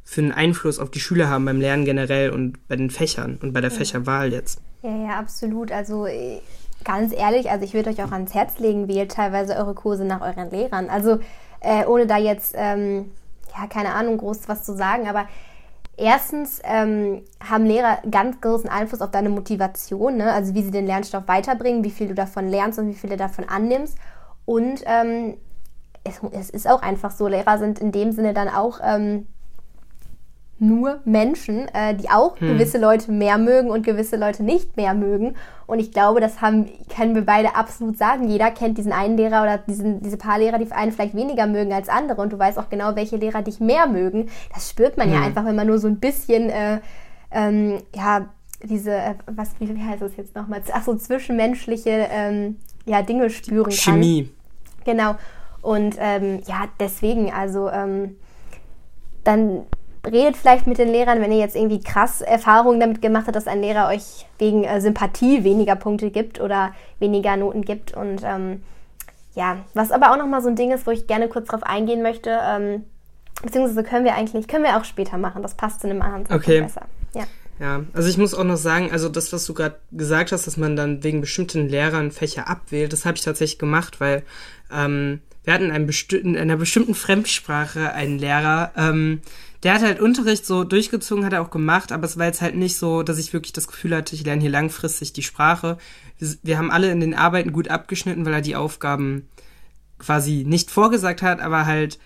für einen Einfluss auf die Schüler haben beim Lernen generell und bei den Fächern und bei der Fächerwahl jetzt. Ja, ja, absolut. Also ganz ehrlich, also ich würde euch auch ans Herz legen, wählt teilweise eure Kurse nach euren Lehrern. Also äh, ohne da jetzt, ähm, ja, keine Ahnung, groß was zu sagen, aber erstens ähm, haben Lehrer ganz großen Einfluss auf deine Motivation, ne? Also wie sie den Lernstoff weiterbringen, wie viel du davon lernst und wie viel du davon annimmst. Und ähm, es, es ist auch einfach so, Lehrer sind in dem Sinne dann auch ähm, nur Menschen, äh, die auch hm. gewisse Leute mehr mögen und gewisse Leute nicht mehr mögen. Und ich glaube, das haben, können wir beide absolut sagen. Jeder kennt diesen einen Lehrer oder diesen, diese paar Lehrer, die einen vielleicht weniger mögen als andere. Und du weißt auch genau, welche Lehrer dich mehr mögen. Das spürt man hm. ja einfach, wenn man nur so ein bisschen, äh, ähm, ja, diese, äh, was, wie heißt das jetzt nochmal? Ach so, zwischenmenschliche ähm, ja, Dinge spüren kann. Chemie. Genau. Und ähm, ja, deswegen, also ähm, dann redet vielleicht mit den Lehrern, wenn ihr jetzt irgendwie krass Erfahrungen damit gemacht habt, dass ein Lehrer euch wegen äh, Sympathie weniger Punkte gibt oder weniger Noten gibt. Und ähm, ja, was aber auch nochmal so ein Ding ist, wo ich gerne kurz drauf eingehen möchte, ähm, beziehungsweise können wir eigentlich, können wir auch später machen, das passt zu einem anderen Zeitpunkt okay. besser. Ja. Ja, also ich muss auch noch sagen, also das, was du gerade gesagt hast, dass man dann wegen bestimmten Lehrern Fächer abwählt, das habe ich tatsächlich gemacht, weil ähm, wir hatten in, einem besti- in einer bestimmten Fremdsprache einen Lehrer, ähm, der hat halt Unterricht so durchgezogen, hat er auch gemacht, aber es war jetzt halt nicht so, dass ich wirklich das Gefühl hatte, ich lerne hier langfristig die Sprache. Wir, wir haben alle in den Arbeiten gut abgeschnitten, weil er die Aufgaben quasi nicht vorgesagt hat, aber halt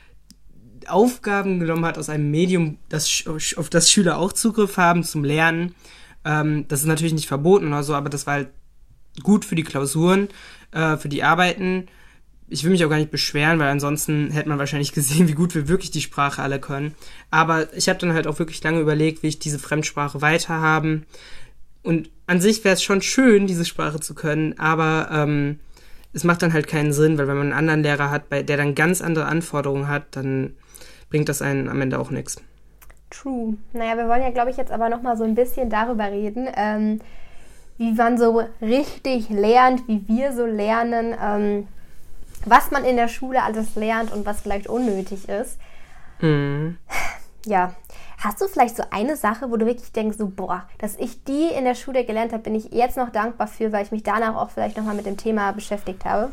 Aufgaben genommen hat aus einem Medium, das, auf das Schüler auch Zugriff haben zum Lernen. Ähm, das ist natürlich nicht verboten oder so, aber das war halt gut für die Klausuren, äh, für die Arbeiten. Ich will mich auch gar nicht beschweren, weil ansonsten hätte man wahrscheinlich gesehen, wie gut wir wirklich die Sprache alle können. Aber ich habe dann halt auch wirklich lange überlegt, wie ich diese Fremdsprache weiterhaben. Und an sich wäre es schon schön, diese Sprache zu können, aber ähm, es macht dann halt keinen Sinn, weil wenn man einen anderen Lehrer hat, bei der dann ganz andere Anforderungen hat, dann bringt das einen am Ende auch nichts. True. Naja, wir wollen ja, glaube ich, jetzt aber nochmal so ein bisschen darüber reden, ähm, wie man so richtig lernt, wie wir so lernen, ähm, was man in der Schule alles lernt und was vielleicht unnötig ist. Mhm. Ja. Hast du vielleicht so eine Sache, wo du wirklich denkst, so, boah, dass ich die in der Schule gelernt habe, bin ich jetzt noch dankbar für, weil ich mich danach auch vielleicht nochmal mit dem Thema beschäftigt habe?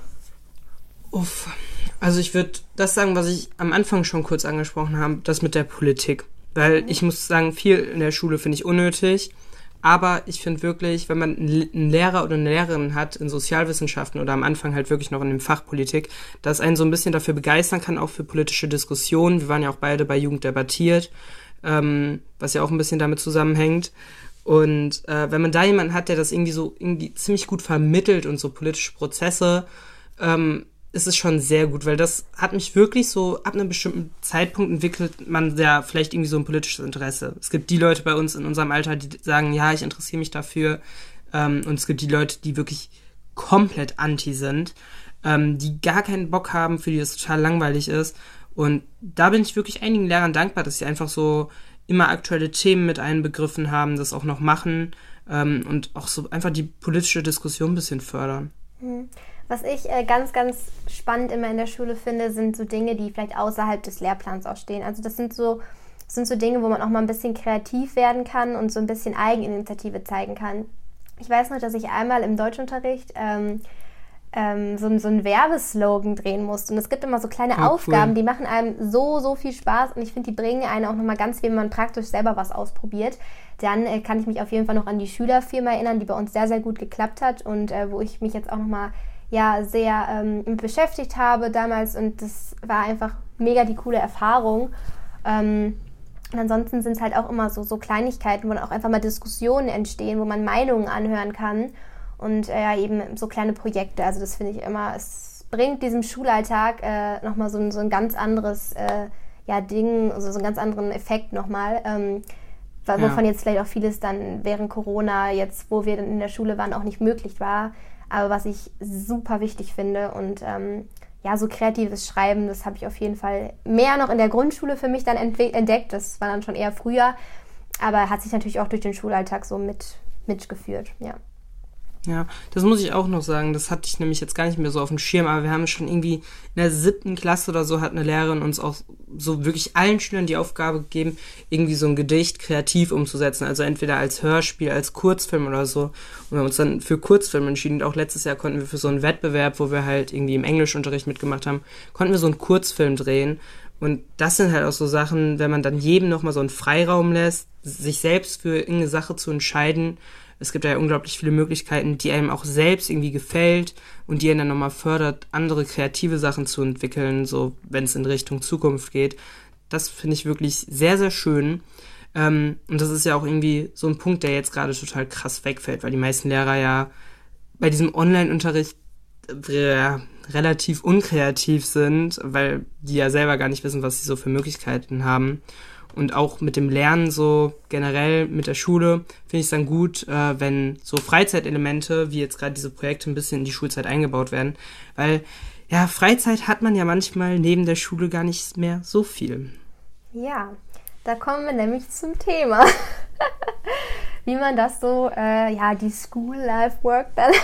Uff. Also ich würde das sagen, was ich am Anfang schon kurz angesprochen habe, das mit der Politik. Weil ich muss sagen, viel in der Schule finde ich unnötig. Aber ich finde wirklich, wenn man einen Lehrer oder eine Lehrerin hat in Sozialwissenschaften oder am Anfang halt wirklich noch in dem Fach Politik, dass einen so ein bisschen dafür begeistern kann, auch für politische Diskussionen. Wir waren ja auch beide bei Jugend debattiert, ähm, was ja auch ein bisschen damit zusammenhängt. Und äh, wenn man da jemanden hat, der das irgendwie so irgendwie ziemlich gut vermittelt und so politische Prozesse, ähm, ist es schon sehr gut, weil das hat mich wirklich so, ab einem bestimmten Zeitpunkt entwickelt man ja vielleicht irgendwie so ein politisches Interesse. Es gibt die Leute bei uns in unserem Alter, die sagen, ja, ich interessiere mich dafür, ähm, und es gibt die Leute, die wirklich komplett anti sind, ähm, die gar keinen Bock haben, für die das total langweilig ist. Und da bin ich wirklich einigen Lehrern dankbar, dass sie einfach so immer aktuelle Themen mit einbegriffen haben, das auch noch machen, ähm, und auch so einfach die politische Diskussion ein bisschen fördern. Mhm. Was ich äh, ganz, ganz spannend immer in der Schule finde, sind so Dinge, die vielleicht außerhalb des Lehrplans auch stehen. Also das sind so, das sind so Dinge, wo man auch mal ein bisschen kreativ werden kann und so ein bisschen Eigeninitiative zeigen kann. Ich weiß noch, dass ich einmal im Deutschunterricht ähm, ähm, so, so einen Werbeslogan drehen musste. Und es gibt immer so kleine oh, Aufgaben, cool. Die machen einem so, so viel Spaß. Und ich finde, die bringen einen auch nochmal ganz viel, wenn man praktisch selber was ausprobiert. Dann äh, kann ich mich auf jeden Fall noch an die Schülerfirma erinnern, die bei uns sehr, sehr gut geklappt hat und äh, wo ich mich jetzt auch nochmal ja sehr ähm, mit beschäftigt habe damals, und das war einfach mega die coole Erfahrung. Ähm, und ansonsten sind es halt auch immer so, so Kleinigkeiten, wo dann auch einfach mal Diskussionen entstehen, wo man Meinungen anhören kann und äh, ja eben so kleine Projekte. Also das finde ich immer, es bringt diesem Schulalltag äh, nochmal so, so ein ganz anderes äh, ja, Ding, also so einen ganz anderen Effekt nochmal, ähm, wovon ja. jetzt vielleicht auch vieles dann während Corona, jetzt wo wir dann in der Schule waren, auch nicht möglich war. Aber was ich super wichtig finde und ähm, ja, so kreatives Schreiben, das habe ich auf jeden Fall mehr noch in der Grundschule für mich dann entwe- entdeckt. Das war dann schon eher früher, aber hat sich natürlich auch durch den Schulalltag so mit, mitgeführt, ja. Ja, das muss ich auch noch sagen. Das hatte ich nämlich jetzt gar nicht mehr so auf dem Schirm, aber wir haben schon irgendwie in der siebten Klasse oder so hat eine Lehrerin uns auch so wirklich allen Schülern die Aufgabe gegeben, irgendwie so ein Gedicht kreativ umzusetzen. Also entweder als Hörspiel, als Kurzfilm oder so. Und wir haben uns dann für Kurzfilm entschieden. Und auch letztes Jahr konnten wir für so einen Wettbewerb, wo wir halt irgendwie im Englischunterricht mitgemacht haben, konnten wir so einen Kurzfilm drehen. Und das sind halt auch so Sachen, wenn man dann jedem nochmal so einen Freiraum lässt, sich selbst für irgendeine Sache zu entscheiden. Es gibt ja unglaublich viele Möglichkeiten, die einem auch selbst irgendwie gefällt und die einen dann nochmal fördert, andere kreative Sachen zu entwickeln, so wenn es in Richtung Zukunft geht. Das finde ich wirklich sehr, sehr schön. Ähm, und das ist ja auch irgendwie so ein Punkt, der jetzt gerade total krass wegfällt, weil die meisten Lehrer ja bei diesem Online-Unterricht äh, relativ unkreativ sind, weil die ja selber gar nicht wissen, was sie so für Möglichkeiten haben. Und auch mit dem Lernen so generell mit der Schule finde ich es dann gut, äh, wenn so Freizeitelemente, wie jetzt gerade diese Projekte, ein bisschen in die Schulzeit eingebaut werden. Weil, ja, Freizeit hat man ja manchmal neben der Schule gar nicht mehr so viel. Ja, da kommen wir nämlich zum Thema. Wie man das so, äh, ja, die School-Life-Work-Balance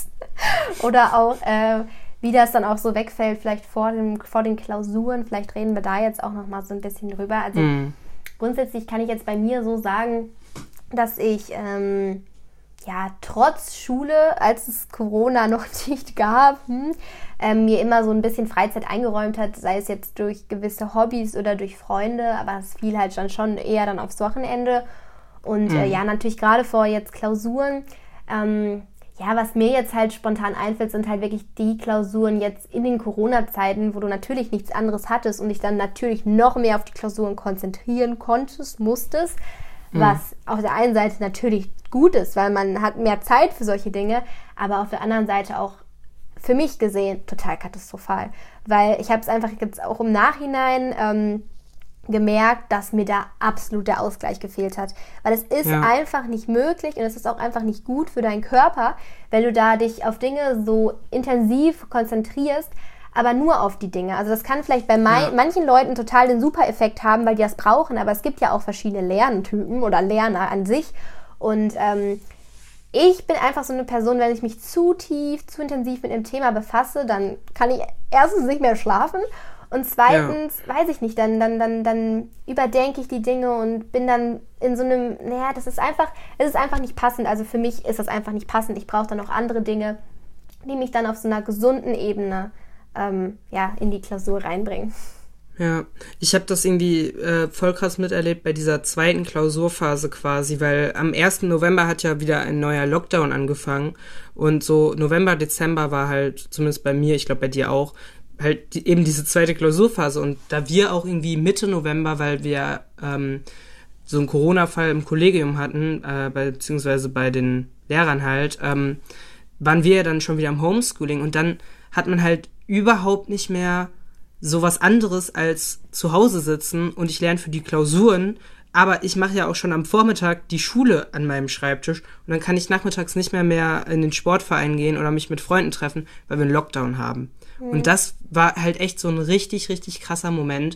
oder auch, äh, wie das dann auch so wegfällt, vielleicht vor, dem, vor den Klausuren. Vielleicht reden wir da jetzt auch noch mal so ein bisschen drüber. Also mm. grundsätzlich kann ich jetzt bei mir so sagen, dass ich ähm, ja trotz Schule, als es Corona noch nicht gab, hm, ähm, mir immer so ein bisschen Freizeit eingeräumt hat, sei es jetzt durch gewisse Hobbys oder durch Freunde, aber es fiel halt dann schon eher dann aufs Wochenende. Und mm. äh, ja, natürlich gerade vor jetzt Klausuren, ähm, ja, was mir jetzt halt spontan einfällt, sind halt wirklich die Klausuren jetzt in den Corona-Zeiten, wo du natürlich nichts anderes hattest und dich dann natürlich noch mehr auf die Klausuren konzentrieren konntest, musstest, mhm. was auf der einen Seite natürlich gut ist, weil man hat mehr Zeit für solche Dinge, aber auf der anderen Seite auch für mich gesehen total katastrophal, weil ich habe es einfach jetzt auch im Nachhinein ähm, gemerkt, dass mir da absolut der Ausgleich gefehlt hat. Weil es ist ja. einfach nicht möglich und es ist auch einfach nicht gut für deinen Körper, wenn du da dich auf Dinge so intensiv konzentrierst, aber nur auf die Dinge. Also das kann vielleicht bei mein, ja. manchen Leuten total den Super-Effekt haben, weil die das brauchen, aber es gibt ja auch verschiedene Lerntypen oder Lerner an sich und ähm, ich bin einfach so eine Person, wenn ich mich zu tief, zu intensiv mit dem Thema befasse, dann kann ich erstens nicht mehr schlafen. Und zweitens, ja. weiß ich nicht, dann, dann, dann, dann überdenke ich die Dinge und bin dann in so einem, naja, das ist einfach, es ist einfach nicht passend. Also für mich ist das einfach nicht passend. Ich brauche dann noch andere Dinge, die mich dann auf so einer gesunden Ebene ähm, ja, in die Klausur reinbringen. Ja, ich habe das irgendwie äh, voll krass miterlebt bei dieser zweiten Klausurphase quasi, weil am ersten November hat ja wieder ein neuer Lockdown angefangen und so November, Dezember war halt, zumindest bei mir, ich glaube bei dir auch, halt die, eben diese zweite Klausurphase und da wir auch irgendwie Mitte November, weil wir ähm, so einen Corona-Fall im Kollegium hatten, äh, bei, beziehungsweise bei den Lehrern halt, ähm, waren wir ja dann schon wieder im Homeschooling und dann hat man halt überhaupt nicht mehr so was anderes als zu Hause sitzen und ich lerne für die Klausuren, aber ich mache ja auch schon am Vormittag die Schule an meinem Schreibtisch und dann kann ich nachmittags nicht mehr mehr in den Sportverein gehen oder mich mit Freunden treffen, weil wir einen Lockdown haben. Und das war halt echt so ein richtig, richtig krasser Moment,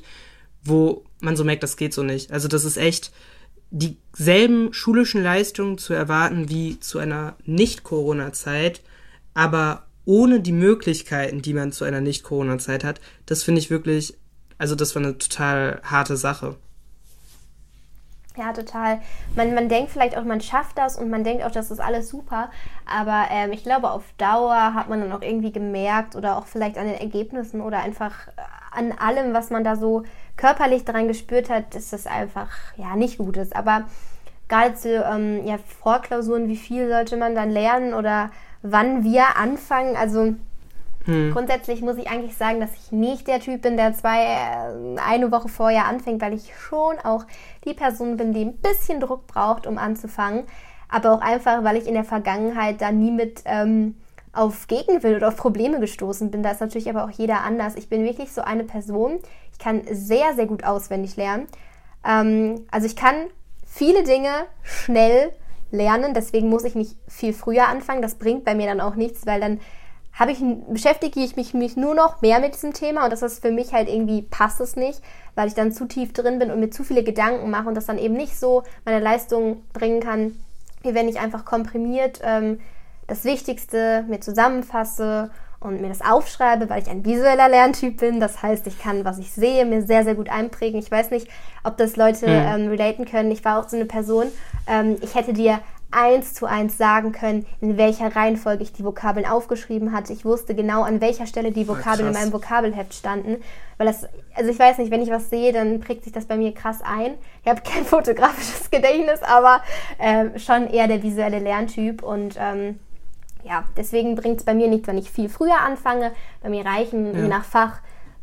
wo man so merkt, das geht so nicht. Also das ist echt dieselben schulischen Leistungen zu erwarten wie zu einer Nicht-Corona-Zeit, aber ohne die Möglichkeiten, die man zu einer Nicht-Corona-Zeit hat. Das finde ich wirklich, also das war eine total harte Sache. Ja, total. Man, man denkt vielleicht auch, man schafft das und man denkt auch, das ist alles super, aber ähm, ich glaube, auf Dauer hat man dann auch irgendwie gemerkt oder auch vielleicht an den Ergebnissen oder einfach an allem, was man da so körperlich daran gespürt hat, dass das einfach ja nicht gut ist. Aber gerade zu ähm, ja, Vorklausuren, wie viel sollte man dann lernen oder wann wir anfangen, also Hm. grundsätzlich muss ich eigentlich sagen, dass ich nicht der Typ bin, der zwei, äh, eine Woche vorher anfängt, weil ich schon auch die Person bin, die ein bisschen Druck braucht, um anzufangen. Aber auch einfach, weil ich in der Vergangenheit da nie mit ähm, auf Gegenwind oder auf Probleme gestoßen bin. Da ist natürlich aber auch jeder anders. Ich bin wirklich so eine Person, ich kann sehr, sehr gut auswendig lernen. Ähm, also ich kann viele Dinge schnell lernen, deswegen muss ich nicht viel früher anfangen. Das bringt bei mir dann auch nichts, weil dann habe ich, beschäftige ich mich, mich nur noch mehr mit diesem Thema und das ist für mich halt irgendwie, passt es nicht, weil ich dann zu tief drin bin und mir zu viele Gedanken mache und das dann eben nicht so meine Leistung bringen kann, wie wenn ich einfach komprimiert ähm, das Wichtigste mir zusammenfasse und mir das aufschreibe, weil ich ein visueller Lerntyp bin. Das heißt, ich kann, was ich sehe, mir sehr, sehr gut einprägen. Ich weiß nicht, ob das Leute mhm. ähm, relaten können. Ich war auch so eine Person, ähm, ich hätte dir eins zu eins sagen können, in welcher Reihenfolge ich die Vokabeln aufgeschrieben hatte. Ich wusste genau, an welcher Stelle die Vokabeln in meinem Vokabelheft standen. Weil das, also ich weiß nicht, wenn ich was sehe, dann prägt sich das bei mir krass ein. Ich habe kein fotografisches Gedächtnis, aber äh, schon eher der visuelle Lerntyp. Und ähm, ja, deswegen bringt es bei mir nichts, wenn ich viel früher anfange. Bei mir reichen ja. je nach Fach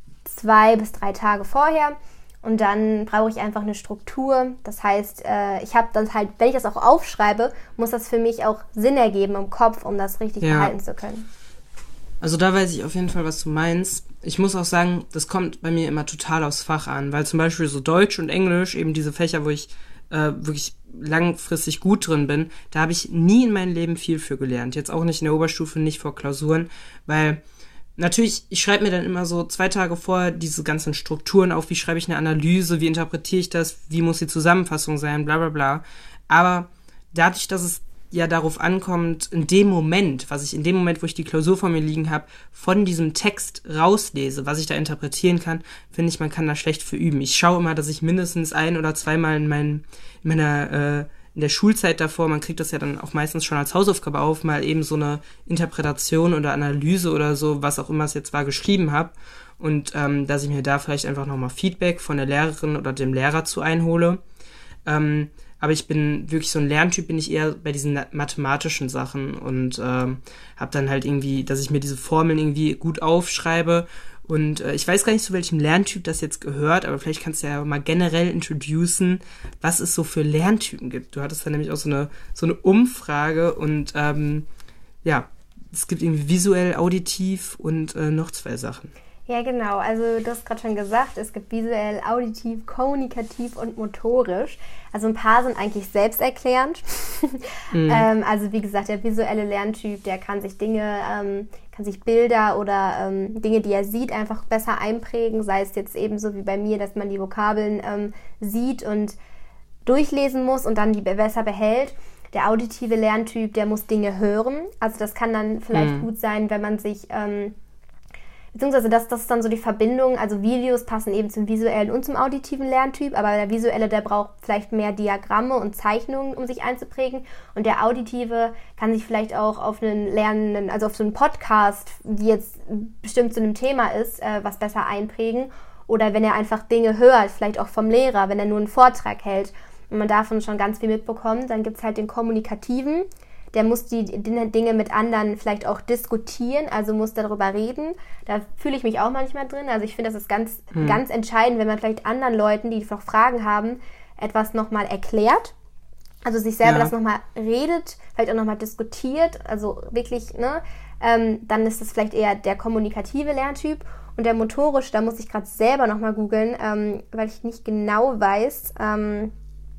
zwei bis drei Tage vorher. Und dann brauche ich einfach eine Struktur. Das heißt, äh, ich habe dann halt, wenn ich das auch aufschreibe, muss das für mich auch Sinn ergeben im Kopf, um das richtig ja. behalten zu können. Also da weiß ich auf jeden Fall, was du meinst. Ich muss auch sagen, das kommt bei mir immer total aufs Fach an, weil zum Beispiel so Deutsch und Englisch, eben diese Fächer, wo ich äh, wirklich langfristig gut drin bin, da habe ich nie in meinem Leben viel für gelernt. Jetzt auch nicht in der Oberstufe, nicht vor Klausuren, weil natürlich, ich schreibe mir dann immer so zwei Tage vorher diese ganzen Strukturen auf, wie schreibe ich eine Analyse, wie interpretiere ich das, wie muss die Zusammenfassung sein, bla bla bla. Aber dadurch, dass es ja darauf ankommt, in dem Moment, was ich in dem Moment, wo ich die Klausur vor mir liegen habe, von diesem Text rauslese, was ich da interpretieren kann, finde ich, man kann da schlecht für üben. Ich schaue immer, dass ich mindestens ein- oder zweimal in, mein, in meiner äh, in der Schulzeit davor, man kriegt das ja dann auch meistens schon als Hausaufgabe auf, mal eben so eine Interpretation oder Analyse oder so, was auch immer es jetzt war, geschrieben habe. Und ähm, dass ich mir da vielleicht einfach nochmal Feedback von der Lehrerin oder dem Lehrer zu einhole. Ähm, aber ich bin wirklich so ein Lerntyp, bin ich eher bei diesen mathematischen Sachen und ähm, habe dann halt irgendwie, dass ich mir diese Formeln irgendwie gut aufschreibe. Und äh, ich weiß gar nicht, zu welchem Lerntyp das jetzt gehört, aber vielleicht kannst du ja mal generell introducen, was es so für Lerntypen gibt. Du hattest da nämlich auch so eine so eine Umfrage und ähm, ja, es gibt irgendwie visuell, auditiv und äh, noch zwei Sachen. Ja, genau. Also du hast gerade schon gesagt, es gibt visuell, auditiv, kommunikativ und motorisch. Also ein paar sind eigentlich selbsterklärend. Mhm. ähm, also wie gesagt, der visuelle Lerntyp, der kann sich Dinge, ähm, kann sich Bilder oder ähm, Dinge, die er sieht, einfach besser einprägen. Sei es jetzt eben so wie bei mir, dass man die Vokabeln ähm, sieht und durchlesen muss und dann die besser behält. Der auditive Lerntyp, der muss Dinge hören. Also das kann dann vielleicht mhm. gut sein, wenn man sich... Ähm, Beziehungsweise das, das ist dann so die Verbindung, also Videos passen eben zum visuellen und zum auditiven Lerntyp, aber der visuelle, der braucht vielleicht mehr Diagramme und Zeichnungen, um sich einzuprägen, und der auditive kann sich vielleicht auch auf einen lernenden, also auf so einen Podcast, wie jetzt bestimmt zu einem Thema ist, äh, was besser einprägen, oder wenn er einfach Dinge hört, vielleicht auch vom Lehrer, wenn er nur einen Vortrag hält und man davon schon ganz viel mitbekommt, dann gibt es halt den kommunikativen. Der muss die Dinge mit anderen vielleicht auch diskutieren, also muss darüber reden. Da fühle ich mich auch manchmal drin. Also ich finde, das ist ganz, hm. ganz entscheidend, wenn man vielleicht anderen Leuten, die noch Fragen haben, etwas nochmal erklärt. Also sich selber ja. das nochmal redet, vielleicht auch nochmal diskutiert, also wirklich, ne? Ähm, dann ist das vielleicht eher der kommunikative Lerntyp. Und der motorisch, da muss ich gerade selber nochmal googeln, ähm, weil ich nicht genau weiß, ähm,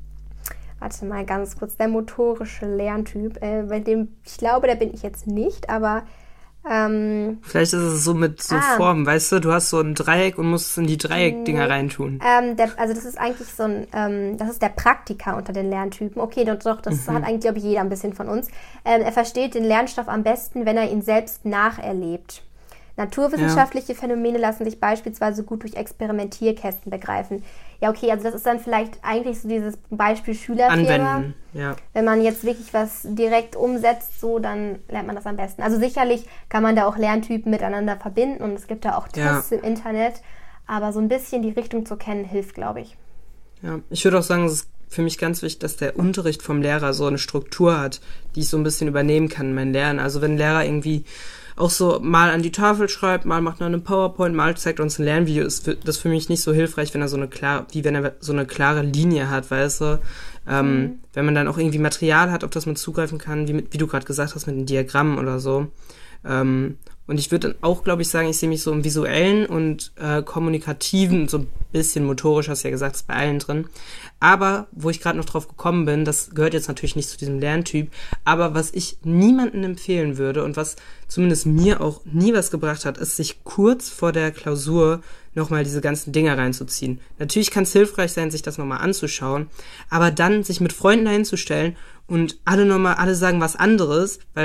warte mal ganz kurz, der motorische Lerntyp, äh, bei dem, ich glaube, da bin ich jetzt nicht, aber ähm, vielleicht ist es so mit so ah, Formen, weißt du, du hast so ein Dreieck und musst in die Dreieckdinger reintun. Ähm, der, also das ist eigentlich so ein, ähm, das ist der Praktiker unter den Lerntypen. Okay, doch, doch das mhm. hat eigentlich, glaube ich, jeder ein bisschen von uns. Ähm, er versteht den Lernstoff am besten, wenn er ihn selbst nacherlebt. Naturwissenschaftliche ja. Phänomene lassen sich beispielsweise gut durch Experimentierkästen begreifen. Ja, okay, also das ist dann vielleicht eigentlich so dieses Beispiel Schülerfirma. Anwenden, ja. Wenn man jetzt wirklich was direkt umsetzt, so, dann lernt man das am besten. Also sicherlich kann man da auch Lerntypen miteinander verbinden und es gibt da auch Tests ja. im Internet, aber so ein bisschen die Richtung zu kennen, hilft, glaube ich. Ja, ich würde auch sagen, es ist für mich ganz wichtig, dass der Unterricht vom Lehrer so eine Struktur hat, die ich so ein bisschen übernehmen kann in mein Lernen. Also wenn ein Lehrer irgendwie auch so mal an die Tafel schreibt, mal macht er eine PowerPoint, mal zeigt uns ein Lernvideo, ist das für mich nicht so hilfreich, wenn er so eine klare, wie wenn er so eine klare Linie hat, weißt du, ähm, mhm. wenn man dann auch irgendwie Material hat, auf das man zugreifen kann, wie, mit, wie du gerade gesagt hast, mit einem Diagramm oder so. Ähm, und ich würde dann auch, glaube ich, sagen, ich sehe mich so im visuellen und äh, kommunikativen, so ein bisschen motorisch, hast du ja gesagt, ist bei allen drin. Aber, wo ich gerade noch drauf gekommen bin, das gehört jetzt natürlich nicht zu diesem Lerntyp, aber was ich niemandem empfehlen würde und was zumindest mir auch nie was gebracht hat, ist, sich kurz vor der Klausur nochmal diese ganzen Dinger reinzuziehen. Natürlich kann es hilfreich sein, sich das nochmal anzuschauen, aber dann sich mit Freunden dahinzustellen und alle nochmal, alle sagen was anderes, weil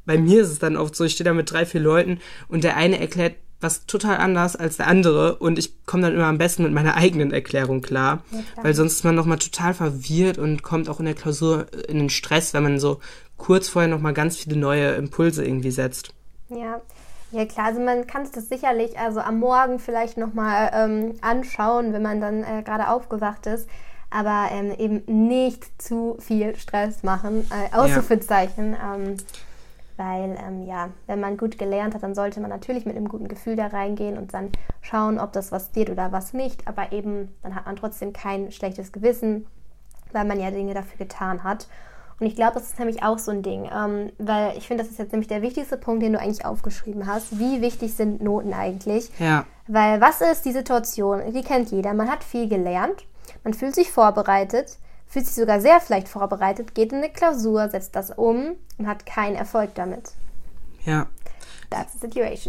bei mir ist es dann oft so, ich stehe da mit drei, vier Leuten und der eine erklärt was total anders als der andere und ich komme dann immer am besten mit meiner eigenen Erklärung klar, ja, klar. Weil sonst ist man nochmal total verwirrt und kommt auch in der Klausur in den Stress, wenn man so kurz vorher nochmal ganz viele neue Impulse irgendwie setzt. Ja, ja klar, also man kann sich das sicherlich also am Morgen vielleicht nochmal ähm, anschauen, wenn man dann äh, gerade aufgewacht ist, aber ähm, eben nicht zu viel Stress machen, äh, Ausrufezeichen, ja. ähm, Weil, ähm, ja, wenn man gut gelernt hat, dann sollte man natürlich mit einem guten Gefühl da reingehen und dann schauen, ob das was wird oder was nicht. Aber eben, dann hat man trotzdem kein schlechtes Gewissen, weil man ja Dinge dafür getan hat. Und ich glaube, das ist nämlich auch so ein Ding, ähm, weil ich finde, das ist jetzt nämlich der wichtigste Punkt, den du eigentlich aufgeschrieben hast. Wie wichtig sind Noten eigentlich? Ja. Weil was ist die Situation? Die kennt jeder. Man hat viel gelernt, man fühlt sich vorbereitet, fühlt sich sogar sehr vielleicht vorbereitet, geht in eine Klausur, setzt das um und hat keinen Erfolg damit. Ja. That's the situation.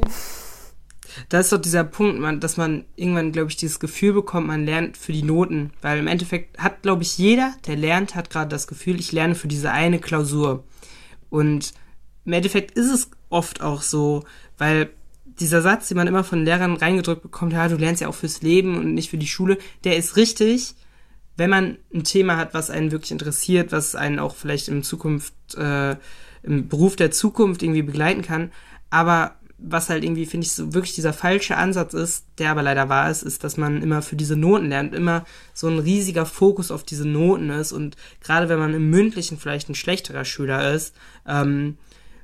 Da ist doch dieser Punkt, man, dass man irgendwann, glaube ich, dieses Gefühl bekommt, man lernt für die Noten. Weil im Endeffekt hat, glaube ich, jeder, der lernt, hat gerade das Gefühl, ich lerne für diese eine Klausur. Und im Endeffekt ist es oft auch so, weil dieser Satz, den man immer von Lehrern reingedrückt bekommt, ja, du lernst ja auch fürs Leben und nicht für die Schule, der ist richtig, wenn man ein Thema hat, was einen wirklich interessiert, was einen auch vielleicht in Zukunft, äh, im Beruf der Zukunft irgendwie begleiten kann. Aber was halt irgendwie, finde ich, so wirklich dieser falsche Ansatz ist, der aber leider wahr ist, ist, dass man immer für diese Noten lernt, immer so ein riesiger Fokus auf diese Noten ist. Und gerade wenn man im Mündlichen vielleicht ein schlechterer Schüler ist, ähm,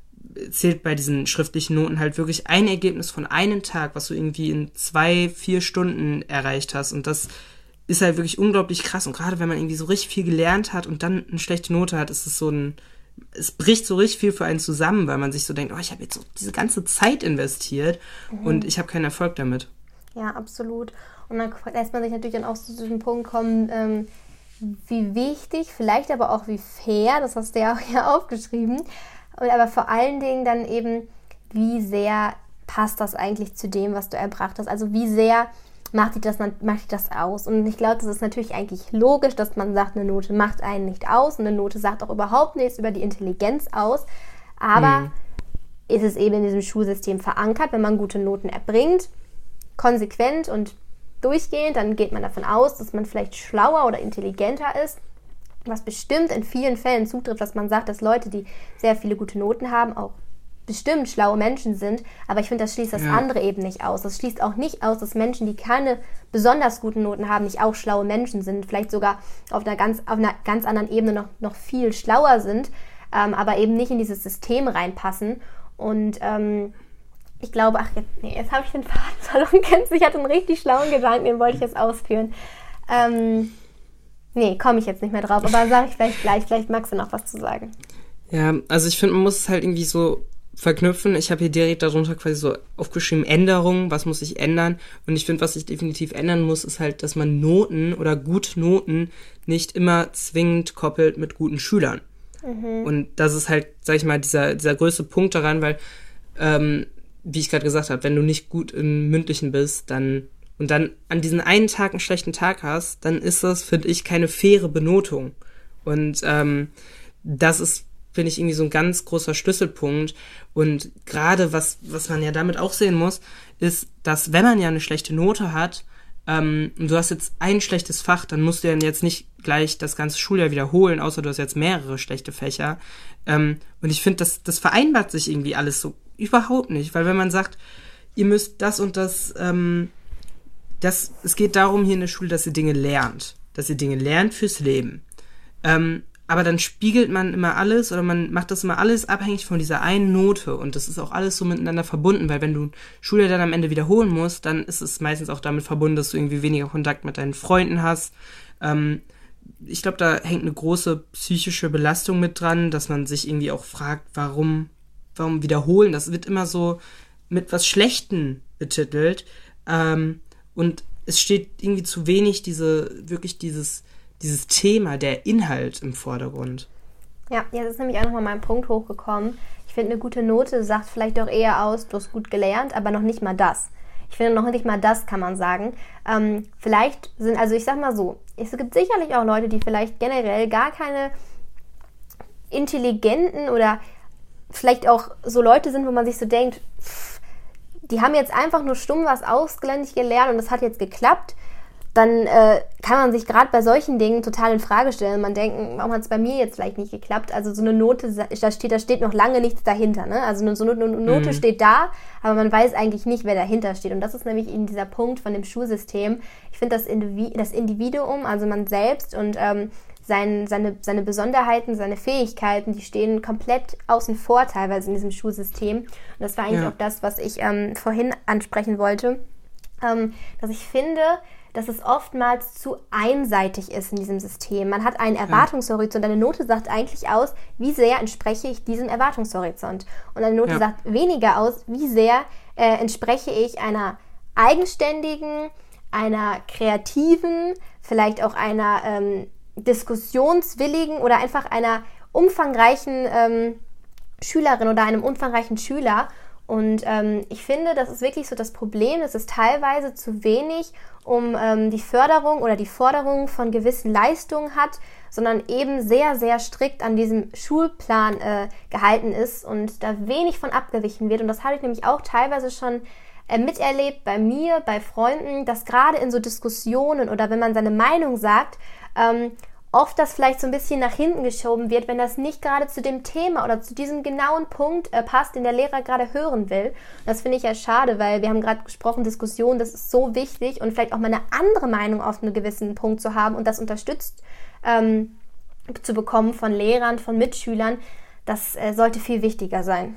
zählt bei diesen schriftlichen Noten halt wirklich ein Ergebnis von einem Tag, was du irgendwie in zwei, vier Stunden erreicht hast. Und das ist halt wirklich unglaublich krass. Und gerade wenn man irgendwie so richtig viel gelernt hat und dann eine schlechte Note hat, ist es so ein, es bricht so richtig viel für einen zusammen, weil man sich so denkt, oh, ich habe jetzt so diese ganze Zeit investiert mhm. und ich habe keinen Erfolg damit. Ja, absolut. Und dann lässt man sich natürlich dann auch zu diesem Punkt kommen, ähm, wie wichtig, vielleicht aber auch wie fair, das hast du ja auch hier aufgeschrieben, und aber vor allen Dingen dann eben, wie sehr passt das eigentlich zu dem, was du erbracht hast. Also wie sehr macht dich das, macht dich das aus? Und ich glaube, das ist natürlich eigentlich logisch, dass man sagt, eine Note macht einen nicht aus und eine Note sagt auch überhaupt nichts über die Intelligenz aus. Aber mhm. ist es eben in diesem Schulsystem verankert, wenn man gute Noten erbringt, konsequent und durchgehend, dann geht man davon aus, dass man vielleicht schlauer oder intelligenter ist, was bestimmt in vielen Fällen zutrifft, dass man sagt, dass Leute, die sehr viele gute Noten haben, auch bestimmt schlaue Menschen sind, aber ich finde, das schließt das ja. andere eben nicht aus. Das schließt auch nicht aus, dass Menschen, die keine besonders guten Noten haben, nicht auch schlaue Menschen sind, vielleicht sogar auf einer ganz, auf einer ganz anderen Ebene noch, noch viel schlauer sind, ähm, aber eben nicht in dieses System reinpassen. Und ähm, ich glaube, ach, jetzt, nee, jetzt habe ich den Faden verloren. Ich hatte einen richtig schlauen Gedanken, den wollte ich jetzt ausführen. Ähm, nee, komme ich jetzt nicht mehr drauf, aber sage ich vielleicht gleich. Vielleicht magst du noch was zu sagen. Ja, also ich finde, man muss es halt irgendwie so verknüpfen. Ich habe hier direkt darunter quasi so aufgeschrieben, Änderungen, was muss sich ändern? Und ich finde, was sich definitiv ändern muss, ist halt, dass man Noten oder gute Noten nicht immer zwingend koppelt mit guten Schülern. Mhm. Und das ist halt, sag ich mal, dieser, dieser größte Punkt daran, weil, ähm, wie ich gerade gesagt habe, wenn du nicht gut im Mündlichen bist, dann und dann an diesen einen Tag einen schlechten Tag hast, dann ist das, finde ich, keine faire Benotung. Und ähm, das ist, finde ich, irgendwie so ein ganz großer Schlüsselpunkt. Und gerade was, was man ja damit auch sehen muss, ist, dass wenn man ja eine schlechte Note hat, ähm, und du hast jetzt ein schlechtes Fach, dann musst du ja jetzt nicht gleich das ganze Schuljahr wiederholen, außer du hast jetzt mehrere schlechte Fächer. Ähm, und ich finde, das, das vereinbart sich irgendwie alles so überhaupt nicht. Weil wenn man sagt, ihr müsst das und das, ähm, das, es geht darum hier in der Schule, dass ihr Dinge lernt. Dass ihr Dinge lernt fürs Leben. Ähm, aber dann spiegelt man immer alles oder man macht das immer alles abhängig von dieser einen Note und das ist auch alles so miteinander verbunden, weil wenn du Schuljahr dann am Ende wiederholen musst, dann ist es meistens auch damit verbunden, dass du irgendwie weniger Kontakt mit deinen Freunden hast. Ähm, ich glaube, da hängt eine große psychische Belastung mit dran, dass man sich irgendwie auch fragt, warum, warum wiederholen? Das wird immer so mit was Schlechtem betitelt, ähm, und es steht irgendwie zu wenig diese, wirklich dieses dieses Thema, der Inhalt im Vordergrund. Ja, jetzt ist nämlich auch nochmal mein Punkt hochgekommen. Ich finde, eine gute Note sagt vielleicht doch eher aus, du hast gut gelernt, aber noch nicht mal das. Ich finde, noch nicht mal das kann man sagen. Ähm, vielleicht sind, also ich sag mal so, es gibt sicherlich auch Leute, die vielleicht generell gar keine intelligenten oder vielleicht auch so Leute sind, wo man sich so denkt, pff, die haben jetzt einfach nur stumm was auswendig gelernt und das hat jetzt geklappt, dann äh, kann man sich gerade bei solchen Dingen total in Frage stellen. Man denkt, warum hat es bei mir jetzt vielleicht nicht geklappt? Also so eine Note, da steht, da steht noch lange nichts dahinter. Ne? Also so eine Note mhm. steht da, aber man weiß eigentlich nicht, wer dahinter steht. Und das ist nämlich eben dieser Punkt von dem Schulsystem. Ich finde, das, Individu- das Individuum, also man selbst und ähm, sein, seine, seine Besonderheiten, seine Fähigkeiten, die stehen komplett außen vor teilweise in diesem Schulsystem. Und das war eigentlich ja. auch das, was ich ähm, vorhin ansprechen wollte, ähm, dass ich finde, dass es oftmals zu einseitig ist in diesem System. Man hat einen Erwartungshorizont. Eine Note sagt eigentlich aus, wie sehr entspreche ich diesem Erwartungshorizont. Und eine Note ja. sagt weniger aus, wie sehr äh, entspreche ich einer eigenständigen, einer kreativen, vielleicht auch einer ähm, diskussionswilligen oder einfach einer umfangreichen ähm, Schülerin oder einem umfangreichen Schüler. Und ähm, ich finde, das ist wirklich so das Problem, dass es teilweise zu wenig um ähm, die Förderung oder die Forderung von gewissen Leistungen hat, sondern eben sehr, sehr strikt an diesem Schulplan äh, gehalten ist und da wenig von abgewichen wird. Und das habe ich nämlich auch teilweise schon äh, miterlebt bei mir, bei Freunden, dass gerade in so Diskussionen oder wenn man seine Meinung sagt, ähm, oft das vielleicht so ein bisschen nach hinten geschoben wird, wenn das nicht gerade zu dem Thema oder zu diesem genauen Punkt äh, passt, den der Lehrer gerade hören will. Und das finde ich ja schade, weil wir haben gerade gesprochen, Diskussion, das ist so wichtig und vielleicht auch mal eine andere Meinung auf einen gewissen Punkt zu haben und das unterstützt ähm, zu bekommen von Lehrern, von Mitschülern, das äh, sollte viel wichtiger sein.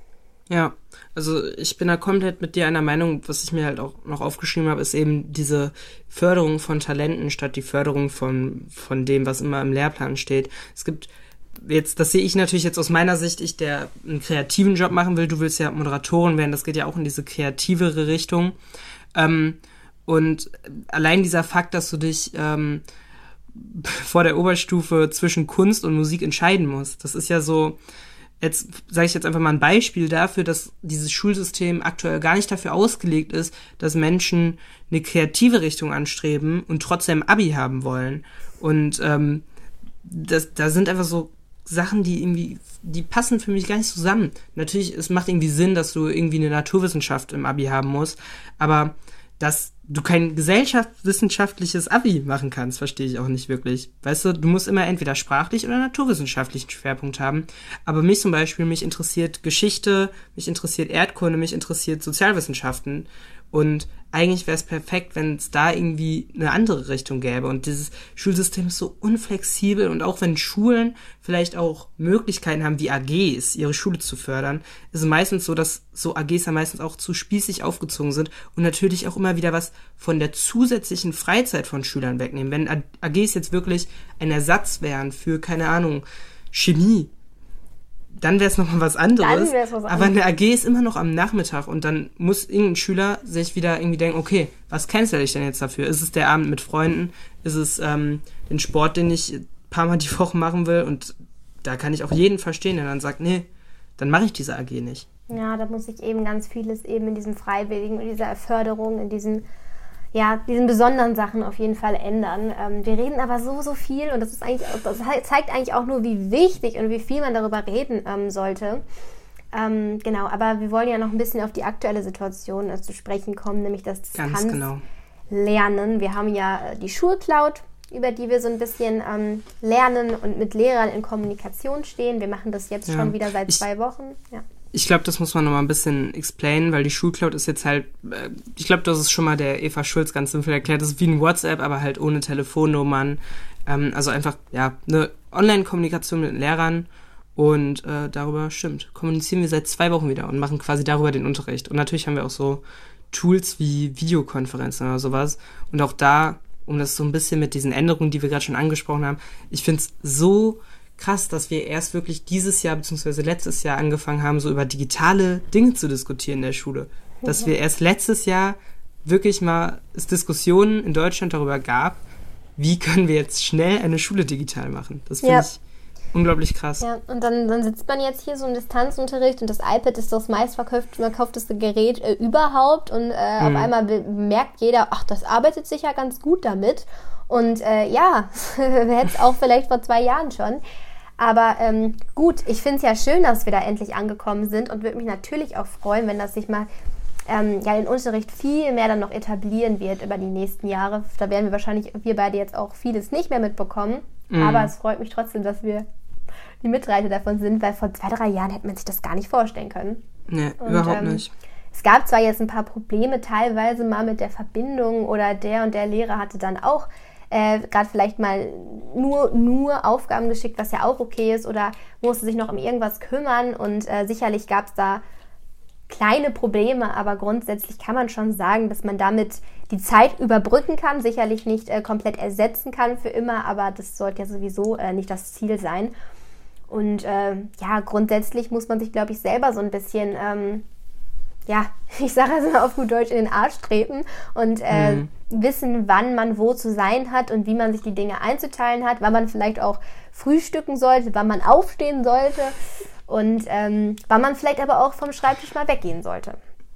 Ja, also ich bin da komplett mit dir einer Meinung. Was ich mir halt auch noch aufgeschrieben habe, ist eben diese Förderung von Talenten statt die Förderung von von dem, was immer im Lehrplan steht. Es gibt jetzt, das sehe ich natürlich jetzt aus meiner Sicht, ich, der einen kreativen Job machen will, du willst ja Moderatorin werden, das geht ja auch in diese kreativere Richtung. Ähm, und allein dieser Fakt, dass du dich ähm, vor der Oberstufe zwischen Kunst und Musik entscheiden musst, das ist ja so. Jetzt sage ich jetzt einfach mal ein Beispiel dafür, dass dieses Schulsystem aktuell gar nicht dafür ausgelegt ist, dass Menschen eine kreative Richtung anstreben und trotzdem Abi haben wollen. Und ähm, das, da sind einfach so Sachen, die irgendwie, die passen für mich gar nicht zusammen. Natürlich, es macht irgendwie Sinn, dass du irgendwie eine Naturwissenschaft im Abi haben musst, aber dass du kein gesellschaftswissenschaftliches Abi machen kannst, verstehe ich auch nicht wirklich. Weißt du, du musst immer entweder sprachlich oder naturwissenschaftlichen Schwerpunkt haben. Aber mich zum Beispiel, mich interessiert Geschichte, mich interessiert Erdkunde, mich interessiert Sozialwissenschaften. Und eigentlich wäre es perfekt, wenn es da irgendwie eine andere Richtung gäbe. Und dieses Schulsystem ist so unflexibel. Und auch wenn Schulen vielleicht auch Möglichkeiten haben, wie A Gs, ihre Schule zu fördern, ist es meistens so, dass so A Gs ja meistens auch zu spießig aufgezogen sind und natürlich auch immer wieder was von der zusätzlichen Freizeit von Schülern wegnehmen. Wenn A Gs jetzt wirklich ein Ersatz wären für, keine Ahnung, Chemie, dann wäre es nochmal was anderes. Dann wär's was anderes. Aber eine A G ist immer noch am Nachmittag und dann muss irgendein Schüler sich wieder irgendwie denken, okay, was cancel ich denn jetzt dafür? Ist es der Abend mit Freunden? Ist es ähm, den Sport, den ich ein paar Mal die Woche machen will? Und da kann ich auch jeden verstehen, der dann sagt, nee, dann mache ich diese A G nicht. Ja, da muss sich eben ganz vieles eben in diesem Freiwilligen, in dieser Förderung, in diesem ja, diesen besonderen Sachen auf jeden Fall ändern. Ähm, wir reden aber so, so viel und das ist eigentlich, das zeigt eigentlich auch nur, wie wichtig und wie viel man darüber reden ähm, sollte. Ähm, genau, aber wir wollen ja noch ein bisschen auf die aktuelle Situation äh, zu sprechen kommen, nämlich das Distanzlernen. Genau. Wir haben ja äh, die Schulcloud, über die wir so ein bisschen ähm, lernen und mit Lehrern in Kommunikation stehen. Wir machen das jetzt ja. schon wieder seit ich, zwei Wochen. Ja. Ich glaube, das muss man nochmal ein bisschen explainen, weil die Schulcloud ist jetzt halt, äh, ich glaube, das ist schon mal der Eva Schulz ganz simpel erklärt, das ist wie ein WhatsApp, aber halt ohne Telefonnummern, ähm, also einfach, ja, eine Online-Kommunikation mit den Lehrern und äh, darüber, stimmt, kommunizieren wir seit zwei Wochen wieder und machen quasi darüber den Unterricht und natürlich haben wir auch so Tools wie Videokonferenzen oder sowas und auch da, um das so ein bisschen mit diesen Änderungen, die wir gerade schon angesprochen haben, ich finde es so krass, dass wir erst wirklich dieses Jahr bzw. letztes Jahr angefangen haben, so über digitale Dinge zu diskutieren in der Schule. Dass wir erst letztes Jahr wirklich mal es Diskussionen in Deutschland darüber gab, wie können wir jetzt schnell eine Schule digital machen. Das finde ja. ich unglaublich krass. Ja, und dann, dann sitzt man jetzt hier so im Distanzunterricht und das iPad ist das meistverkaufteste Gerät äh, überhaupt und äh, mhm. auf einmal merkt jeder, ach, das arbeitet sich ja ganz gut damit. Und äh, ja, wir hätten es auch vielleicht vor zwei Jahren schon. Aber ähm, gut, ich finde es ja schön, dass wir da endlich angekommen sind und würde mich natürlich auch freuen, wenn das sich mal ähm, ja, den Unterricht viel mehr dann noch etablieren wird über die nächsten Jahre. Da werden wir wahrscheinlich, wir beide jetzt auch vieles nicht mehr mitbekommen. Mhm. Aber es freut mich trotzdem, dass wir die Mitreiter davon sind, weil vor zwei, drei Jahren hätte man sich das gar nicht vorstellen können. Nee, und, überhaupt ähm, nicht. Es gab zwar jetzt ein paar Probleme teilweise mal mit der Verbindung oder der und der Lehrer hatte dann auch äh, gerade vielleicht mal nur, nur Aufgaben geschickt, was ja auch okay ist, oder musste sich noch um irgendwas kümmern und äh, sicherlich gab es da kleine Probleme, aber grundsätzlich kann man schon sagen, dass man damit die Zeit überbrücken kann, sicherlich nicht äh, komplett ersetzen kann für immer, aber das sollte ja sowieso äh, nicht das Ziel sein. Und äh, ja, grundsätzlich muss man sich, glaube ich, selber so ein bisschen ähm, ja, ich sage also mal auf gut Deutsch, in den Arsch treten und äh, mhm. wissen, wann man wo zu sein hat und wie man sich die Dinge einzuteilen hat, wann man vielleicht auch frühstücken sollte, wann man aufstehen sollte und ähm, wann man vielleicht aber auch vom Schreibtisch mal weggehen sollte.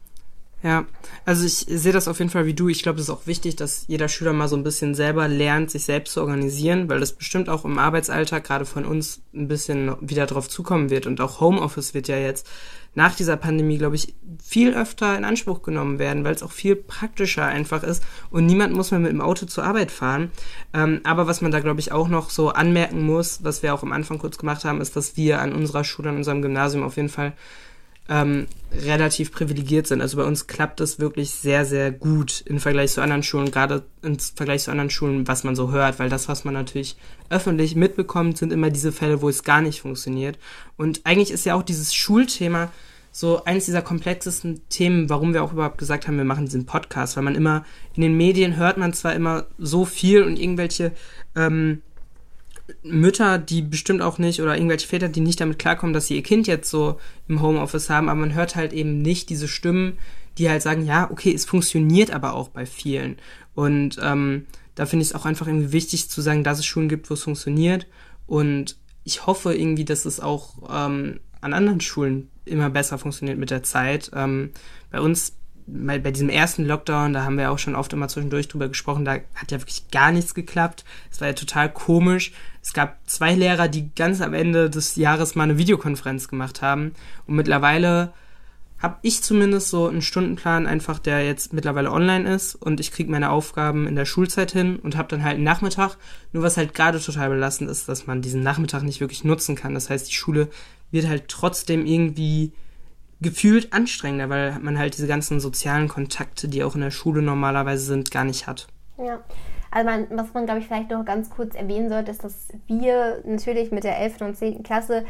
Ja, also ich sehe das auf jeden Fall wie du. Ich glaube, es ist auch wichtig, dass jeder Schüler mal so ein bisschen selber lernt, sich selbst zu organisieren, weil das bestimmt auch im Arbeitsalltag gerade von uns ein bisschen wieder drauf zukommen wird. Und auch Homeoffice wird ja jetzt nach dieser Pandemie, glaube ich, viel öfter in Anspruch genommen werden, weil es auch viel praktischer einfach ist und niemand muss mehr mit dem Auto zur Arbeit fahren. Ähm, aber was man da, glaube ich, auch noch so anmerken muss, was wir auch am Anfang kurz gemacht haben, ist, dass wir an unserer Schule, an unserem Gymnasium auf jeden Fall Ähm, relativ privilegiert sind. Also bei uns klappt es wirklich sehr, sehr gut im Vergleich zu anderen Schulen, gerade im Vergleich zu anderen Schulen, was man so hört, weil das, was man natürlich öffentlich mitbekommt, sind immer diese Fälle, wo es gar nicht funktioniert. Und eigentlich ist ja auch dieses Schulthema so eines dieser komplexesten Themen, warum wir auch überhaupt gesagt haben, wir machen diesen Podcast, weil man immer, in den Medien hört man zwar immer so viel und irgendwelche ähm, Mütter, die bestimmt auch nicht, oder irgendwelche Väter, die nicht damit klarkommen, dass sie ihr Kind jetzt so im Homeoffice haben, aber man hört halt eben nicht diese Stimmen, die halt sagen, ja, okay, es funktioniert aber auch bei vielen. Und ähm, da finde ich es auch einfach irgendwie wichtig zu sagen, dass es Schulen gibt, wo es funktioniert. Und ich hoffe irgendwie, dass es auch ähm, an anderen Schulen immer besser funktioniert mit der Zeit. Ähm, bei uns Bei, bei diesem ersten Lockdown, da haben wir auch schon oft immer zwischendurch drüber gesprochen, da hat ja wirklich gar nichts geklappt. Es war ja total komisch. Es gab zwei Lehrer, die ganz am Ende des Jahres mal eine Videokonferenz gemacht haben. Und mittlerweile habe ich zumindest so einen Stundenplan einfach, der jetzt mittlerweile online ist. Und ich kriege meine Aufgaben in der Schulzeit hin und habe dann halt einen Nachmittag. Nur was halt gerade total belastend ist, dass man diesen Nachmittag nicht wirklich nutzen kann. Das heißt, die Schule wird halt trotzdem irgendwie gefühlt anstrengender, weil man halt diese ganzen sozialen Kontakte, die auch in der Schule normalerweise sind, gar nicht hat. Ja, also man, was man, glaube ich, vielleicht noch ganz kurz erwähnen sollte, ist, dass wir natürlich mit der elften und zehnten Klasse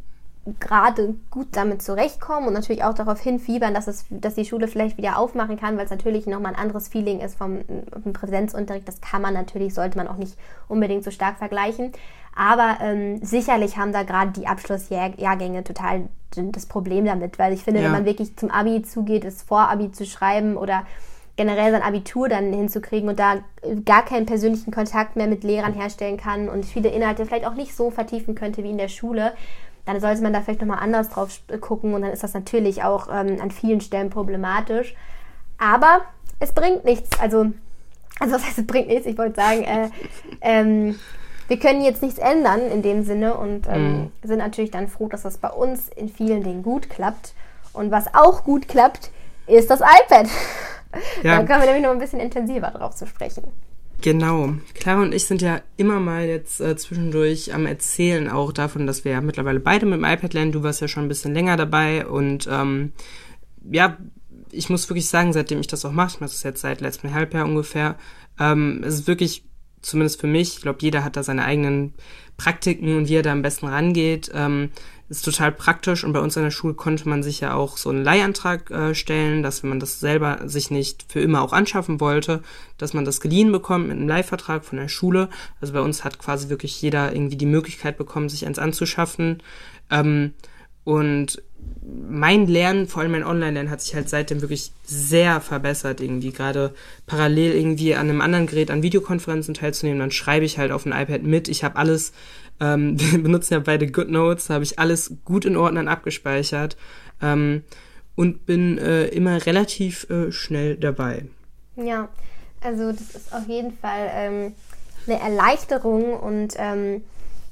gerade gut damit zurechtkommen und natürlich auch darauf hinfiebern, dass es, dass die Schule vielleicht wieder aufmachen kann, weil es natürlich nochmal ein anderes Feeling ist vom, vom Präsenzunterricht. Das kann man natürlich, sollte man auch nicht unbedingt so stark vergleichen. Aber ähm, sicherlich haben da gerade die Abschlussjahrgänge total das Problem damit, weil ich finde, ja. wenn man wirklich zum Abi zugeht, das Vorabi zu schreiben oder generell sein Abitur dann hinzukriegen und da gar keinen persönlichen Kontakt mehr mit Lehrern herstellen kann und viele Inhalte vielleicht auch nicht so vertiefen könnte wie in der Schule, dann sollte man da vielleicht nochmal anders drauf gucken und dann ist das natürlich auch ähm, an vielen Stellen problematisch. Aber es bringt nichts. Also, also was heißt, es bringt nichts? Ich wollte sagen, äh, ähm, wir können jetzt nichts ändern in dem Sinne und ähm, mhm. sind natürlich dann froh, dass das bei uns in vielen Dingen gut klappt. Und was auch gut klappt, ist das iPad. Ja. Da kommen wir nämlich noch ein bisschen intensiver drauf zu sprechen. Genau. Clara und ich sind ja immer mal jetzt äh, zwischendurch am Erzählen auch davon, dass wir ja mittlerweile beide mit dem iPad lernen. Du warst ja schon ein bisschen länger dabei und ähm, ja, ich muss wirklich sagen, seitdem ich das auch mache, ich mache das jetzt seit letztem Halbjahr ungefähr, ähm, es ist wirklich, zumindest für mich, ich glaube, jeder hat da seine eigenen Praktiken und wie er da am besten rangeht, ähm, ist total praktisch und bei uns an der Schule konnte man sich ja auch so einen Leihantrag äh, stellen, dass wenn man das selber sich nicht für immer auch anschaffen wollte, dass man das geliehen bekommt mit einem Leihvertrag von der Schule. Also bei uns hat quasi wirklich jeder irgendwie die Möglichkeit bekommen, sich eins anzuschaffen. Ähm, und mein Lernen, vor allem mein Online-Lernen, hat sich halt seitdem wirklich sehr verbessert irgendwie. Gerade parallel irgendwie an einem anderen Gerät an Videokonferenzen teilzunehmen, dann schreibe ich halt auf dem iPad mit. Ich habe alles, ähm, wir benutzen ja beide GoodNotes, da habe ich alles gut in Ordnern abgespeichert ähm, und bin äh, immer relativ äh, schnell dabei. Ja, also das ist auf jeden Fall ähm, eine Erleichterung und ähm,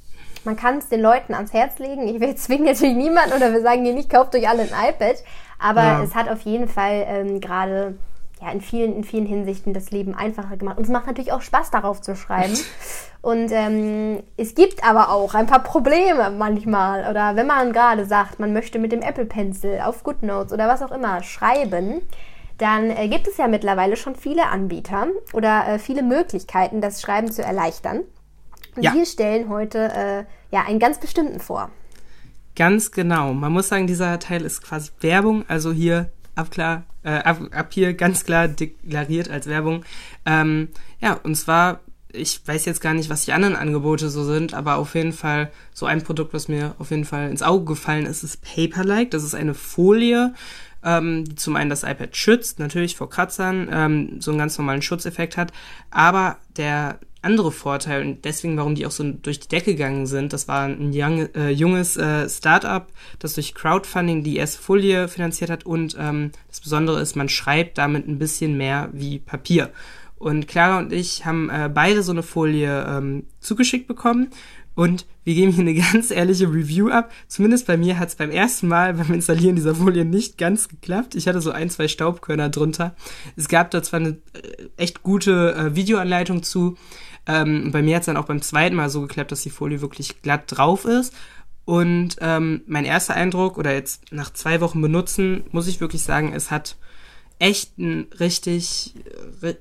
man kann es den Leuten ans Herz legen. Ich will zwingen natürlich niemanden oder wir sagen hier nicht, kauft euch alle ein iPad. Aber ja. es hat auf jeden Fall ähm, gerade ja, in vielen, in vielen Hinsichten das Leben einfacher gemacht. Und es macht natürlich auch Spaß, darauf zu schreiben. Und ähm, es gibt aber auch ein paar Probleme manchmal. Oder wenn man gerade sagt, man möchte mit dem Apple Pencil auf GoodNotes oder was auch immer schreiben, dann äh, gibt es ja mittlerweile schon viele Anbieter oder äh, viele Möglichkeiten, das Schreiben zu erleichtern. Und ja. wir stellen heute äh, ja einen ganz bestimmten vor. Ganz genau. Man muss sagen, dieser Teil ist quasi Werbung. Also hier ab, klar, äh, ab, ab hier ganz klar deklariert als Werbung. Ähm, ja, und zwar, ich weiß jetzt gar nicht, was die anderen Angebote so sind, aber auf jeden Fall so ein Produkt, was mir auf jeden Fall ins Auge gefallen ist, ist Paperlike. Das ist eine Folie, ähm, die zum einen das iPad schützt, natürlich vor Kratzern, ähm, so einen ganz normalen Schutzeffekt hat, aber der andere Vorteil und deswegen, warum die auch so durch die Decke gegangen sind, das war ein young, äh, junges äh, Startup, das durch Crowdfunding die erste Folie finanziert hat und ähm, das Besondere ist, man schreibt damit ein bisschen mehr wie Papier. Und Clara und ich haben äh, beide so eine Folie ähm, zugeschickt bekommen und wir geben hier eine ganz ehrliche Review ab. Zumindest bei mir hat es beim ersten Mal beim Installieren dieser Folie nicht ganz geklappt. Ich hatte so ein, zwei Staubkörner drunter. Es gab da zwar eine äh, echt gute äh, Videoanleitung zu. Ähm, bei mir hat es dann auch beim zweiten Mal so geklappt, dass die Folie wirklich glatt drauf ist. Und ähm, mein erster Eindruck, oder jetzt nach zwei Wochen benutzen, muss ich wirklich sagen, es hat echt ein richtig... Äh,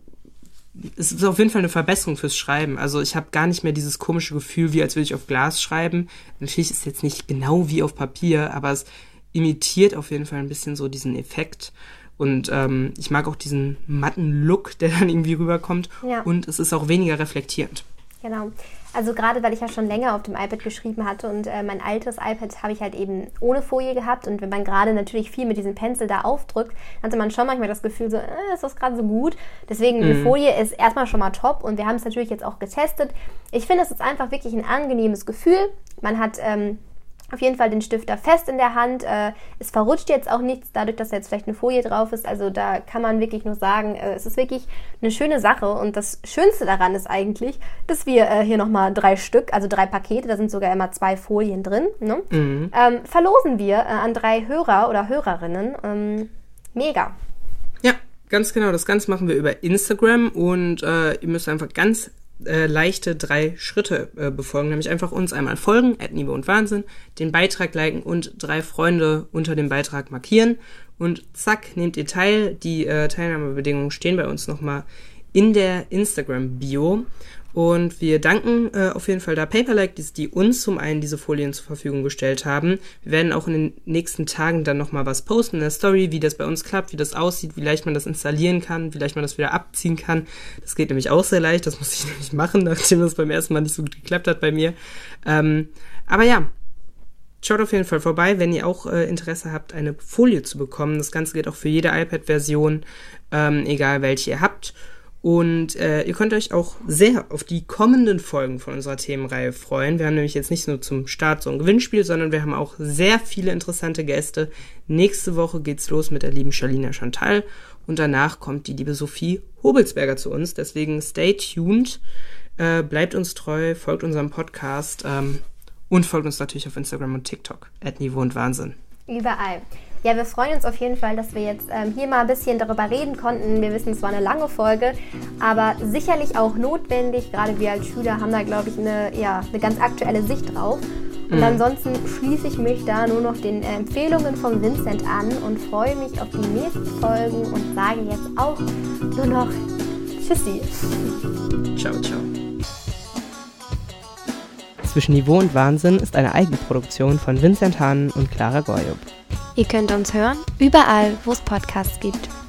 es ist auf jeden Fall eine Verbesserung fürs Schreiben. Also ich habe gar nicht mehr dieses komische Gefühl, wie als würde ich auf Glas schreiben. Natürlich ist es jetzt nicht genau wie auf Papier, aber es imitiert auf jeden Fall ein bisschen so diesen Effekt. Und ähm, ich mag auch diesen matten Look, der dann irgendwie rüberkommt. Ja. Und es ist auch weniger reflektierend. Genau. Also gerade, weil ich ja schon länger auf dem iPad geschrieben hatte und äh, mein altes iPad habe ich halt eben ohne Folie gehabt. Und wenn man gerade natürlich viel mit diesem Pencil da aufdrückt, hatte man schon manchmal das Gefühl so, äh, ist das gerade so gut? Deswegen, mhm. die Folie ist erstmal schon mal top und wir haben es natürlich jetzt auch getestet. Ich finde, es ist einfach wirklich ein angenehmes Gefühl. Man hat... Ähm, auf jeden Fall den Stifter fest in der Hand. Äh, es verrutscht jetzt auch nichts, dadurch, dass da jetzt vielleicht eine Folie drauf ist. Also da kann man wirklich nur sagen, äh, es ist wirklich eine schöne Sache. Und das Schönste daran ist eigentlich, dass wir äh, hier nochmal drei Stück, also drei Pakete, da sind sogar immer zwei Folien drin, ne? mhm. ähm, verlosen wir äh, an drei Hörer oder Hörerinnen. Ähm, mega. Ja, ganz genau. Das Ganze machen wir über Instagram und äh, ihr müsst einfach ganz Äh, leichte drei Schritte äh, befolgen, nämlich einfach uns einmal folgen, at Niveau und Wahnsinn, den Beitrag liken und drei Freunde unter dem Beitrag markieren und zack, nehmt ihr teil. Die äh, Teilnahmebedingungen stehen bei uns nochmal in der Instagram-Bio und wir danken äh, auf jeden Fall da Paperlike, die, die uns zum einen diese Folien zur Verfügung gestellt haben. Wir werden auch in den nächsten Tagen dann nochmal was posten in der Story, wie das bei uns klappt, wie das aussieht, wie leicht man das installieren kann, wie leicht man das wieder abziehen kann. Das geht nämlich auch sehr leicht, das muss ich nämlich machen, nachdem das beim ersten Mal nicht so gut geklappt hat bei mir. Ähm, aber ja, schaut auf jeden Fall vorbei, wenn ihr auch äh, Interesse habt, eine Folie zu bekommen. Das Ganze geht auch für jede iPad-Version, ähm, egal welche ihr habt. Und äh, ihr könnt euch auch sehr auf die kommenden Folgen von unserer Themenreihe freuen. Wir haben nämlich jetzt nicht nur zum Start so ein Gewinnspiel, sondern wir haben auch sehr viele interessante Gäste. Nächste Woche geht's los mit der lieben Charlina Chantal und danach kommt die liebe Sophie Hobelsberger zu uns. Deswegen stay tuned, äh, bleibt uns treu, folgt unserem Podcast ähm, und folgt uns natürlich auf Instagram und TikTok at Niveau und Wahnsinn. Überall. Ja, wir freuen uns auf jeden Fall, dass wir jetzt ähm, hier mal ein bisschen darüber reden konnten. Wir wissen, es war eine lange Folge, aber sicherlich auch notwendig. Gerade wir als Schüler haben da, glaube ich, eine, ja, eine ganz aktuelle Sicht drauf. Und mhm. ansonsten schließe ich mich da nur noch den äh, Empfehlungen von Vincent an und freue mich auf die nächsten Folgen und sage jetzt auch nur noch Tschüssi. Ciao, ciao. Zwischen Niveau und Wahnsinn ist eine Eigenproduktion von Vincent Hahn und Clara Goyub. Ihr könnt uns hören, überall, wo es Podcasts gibt.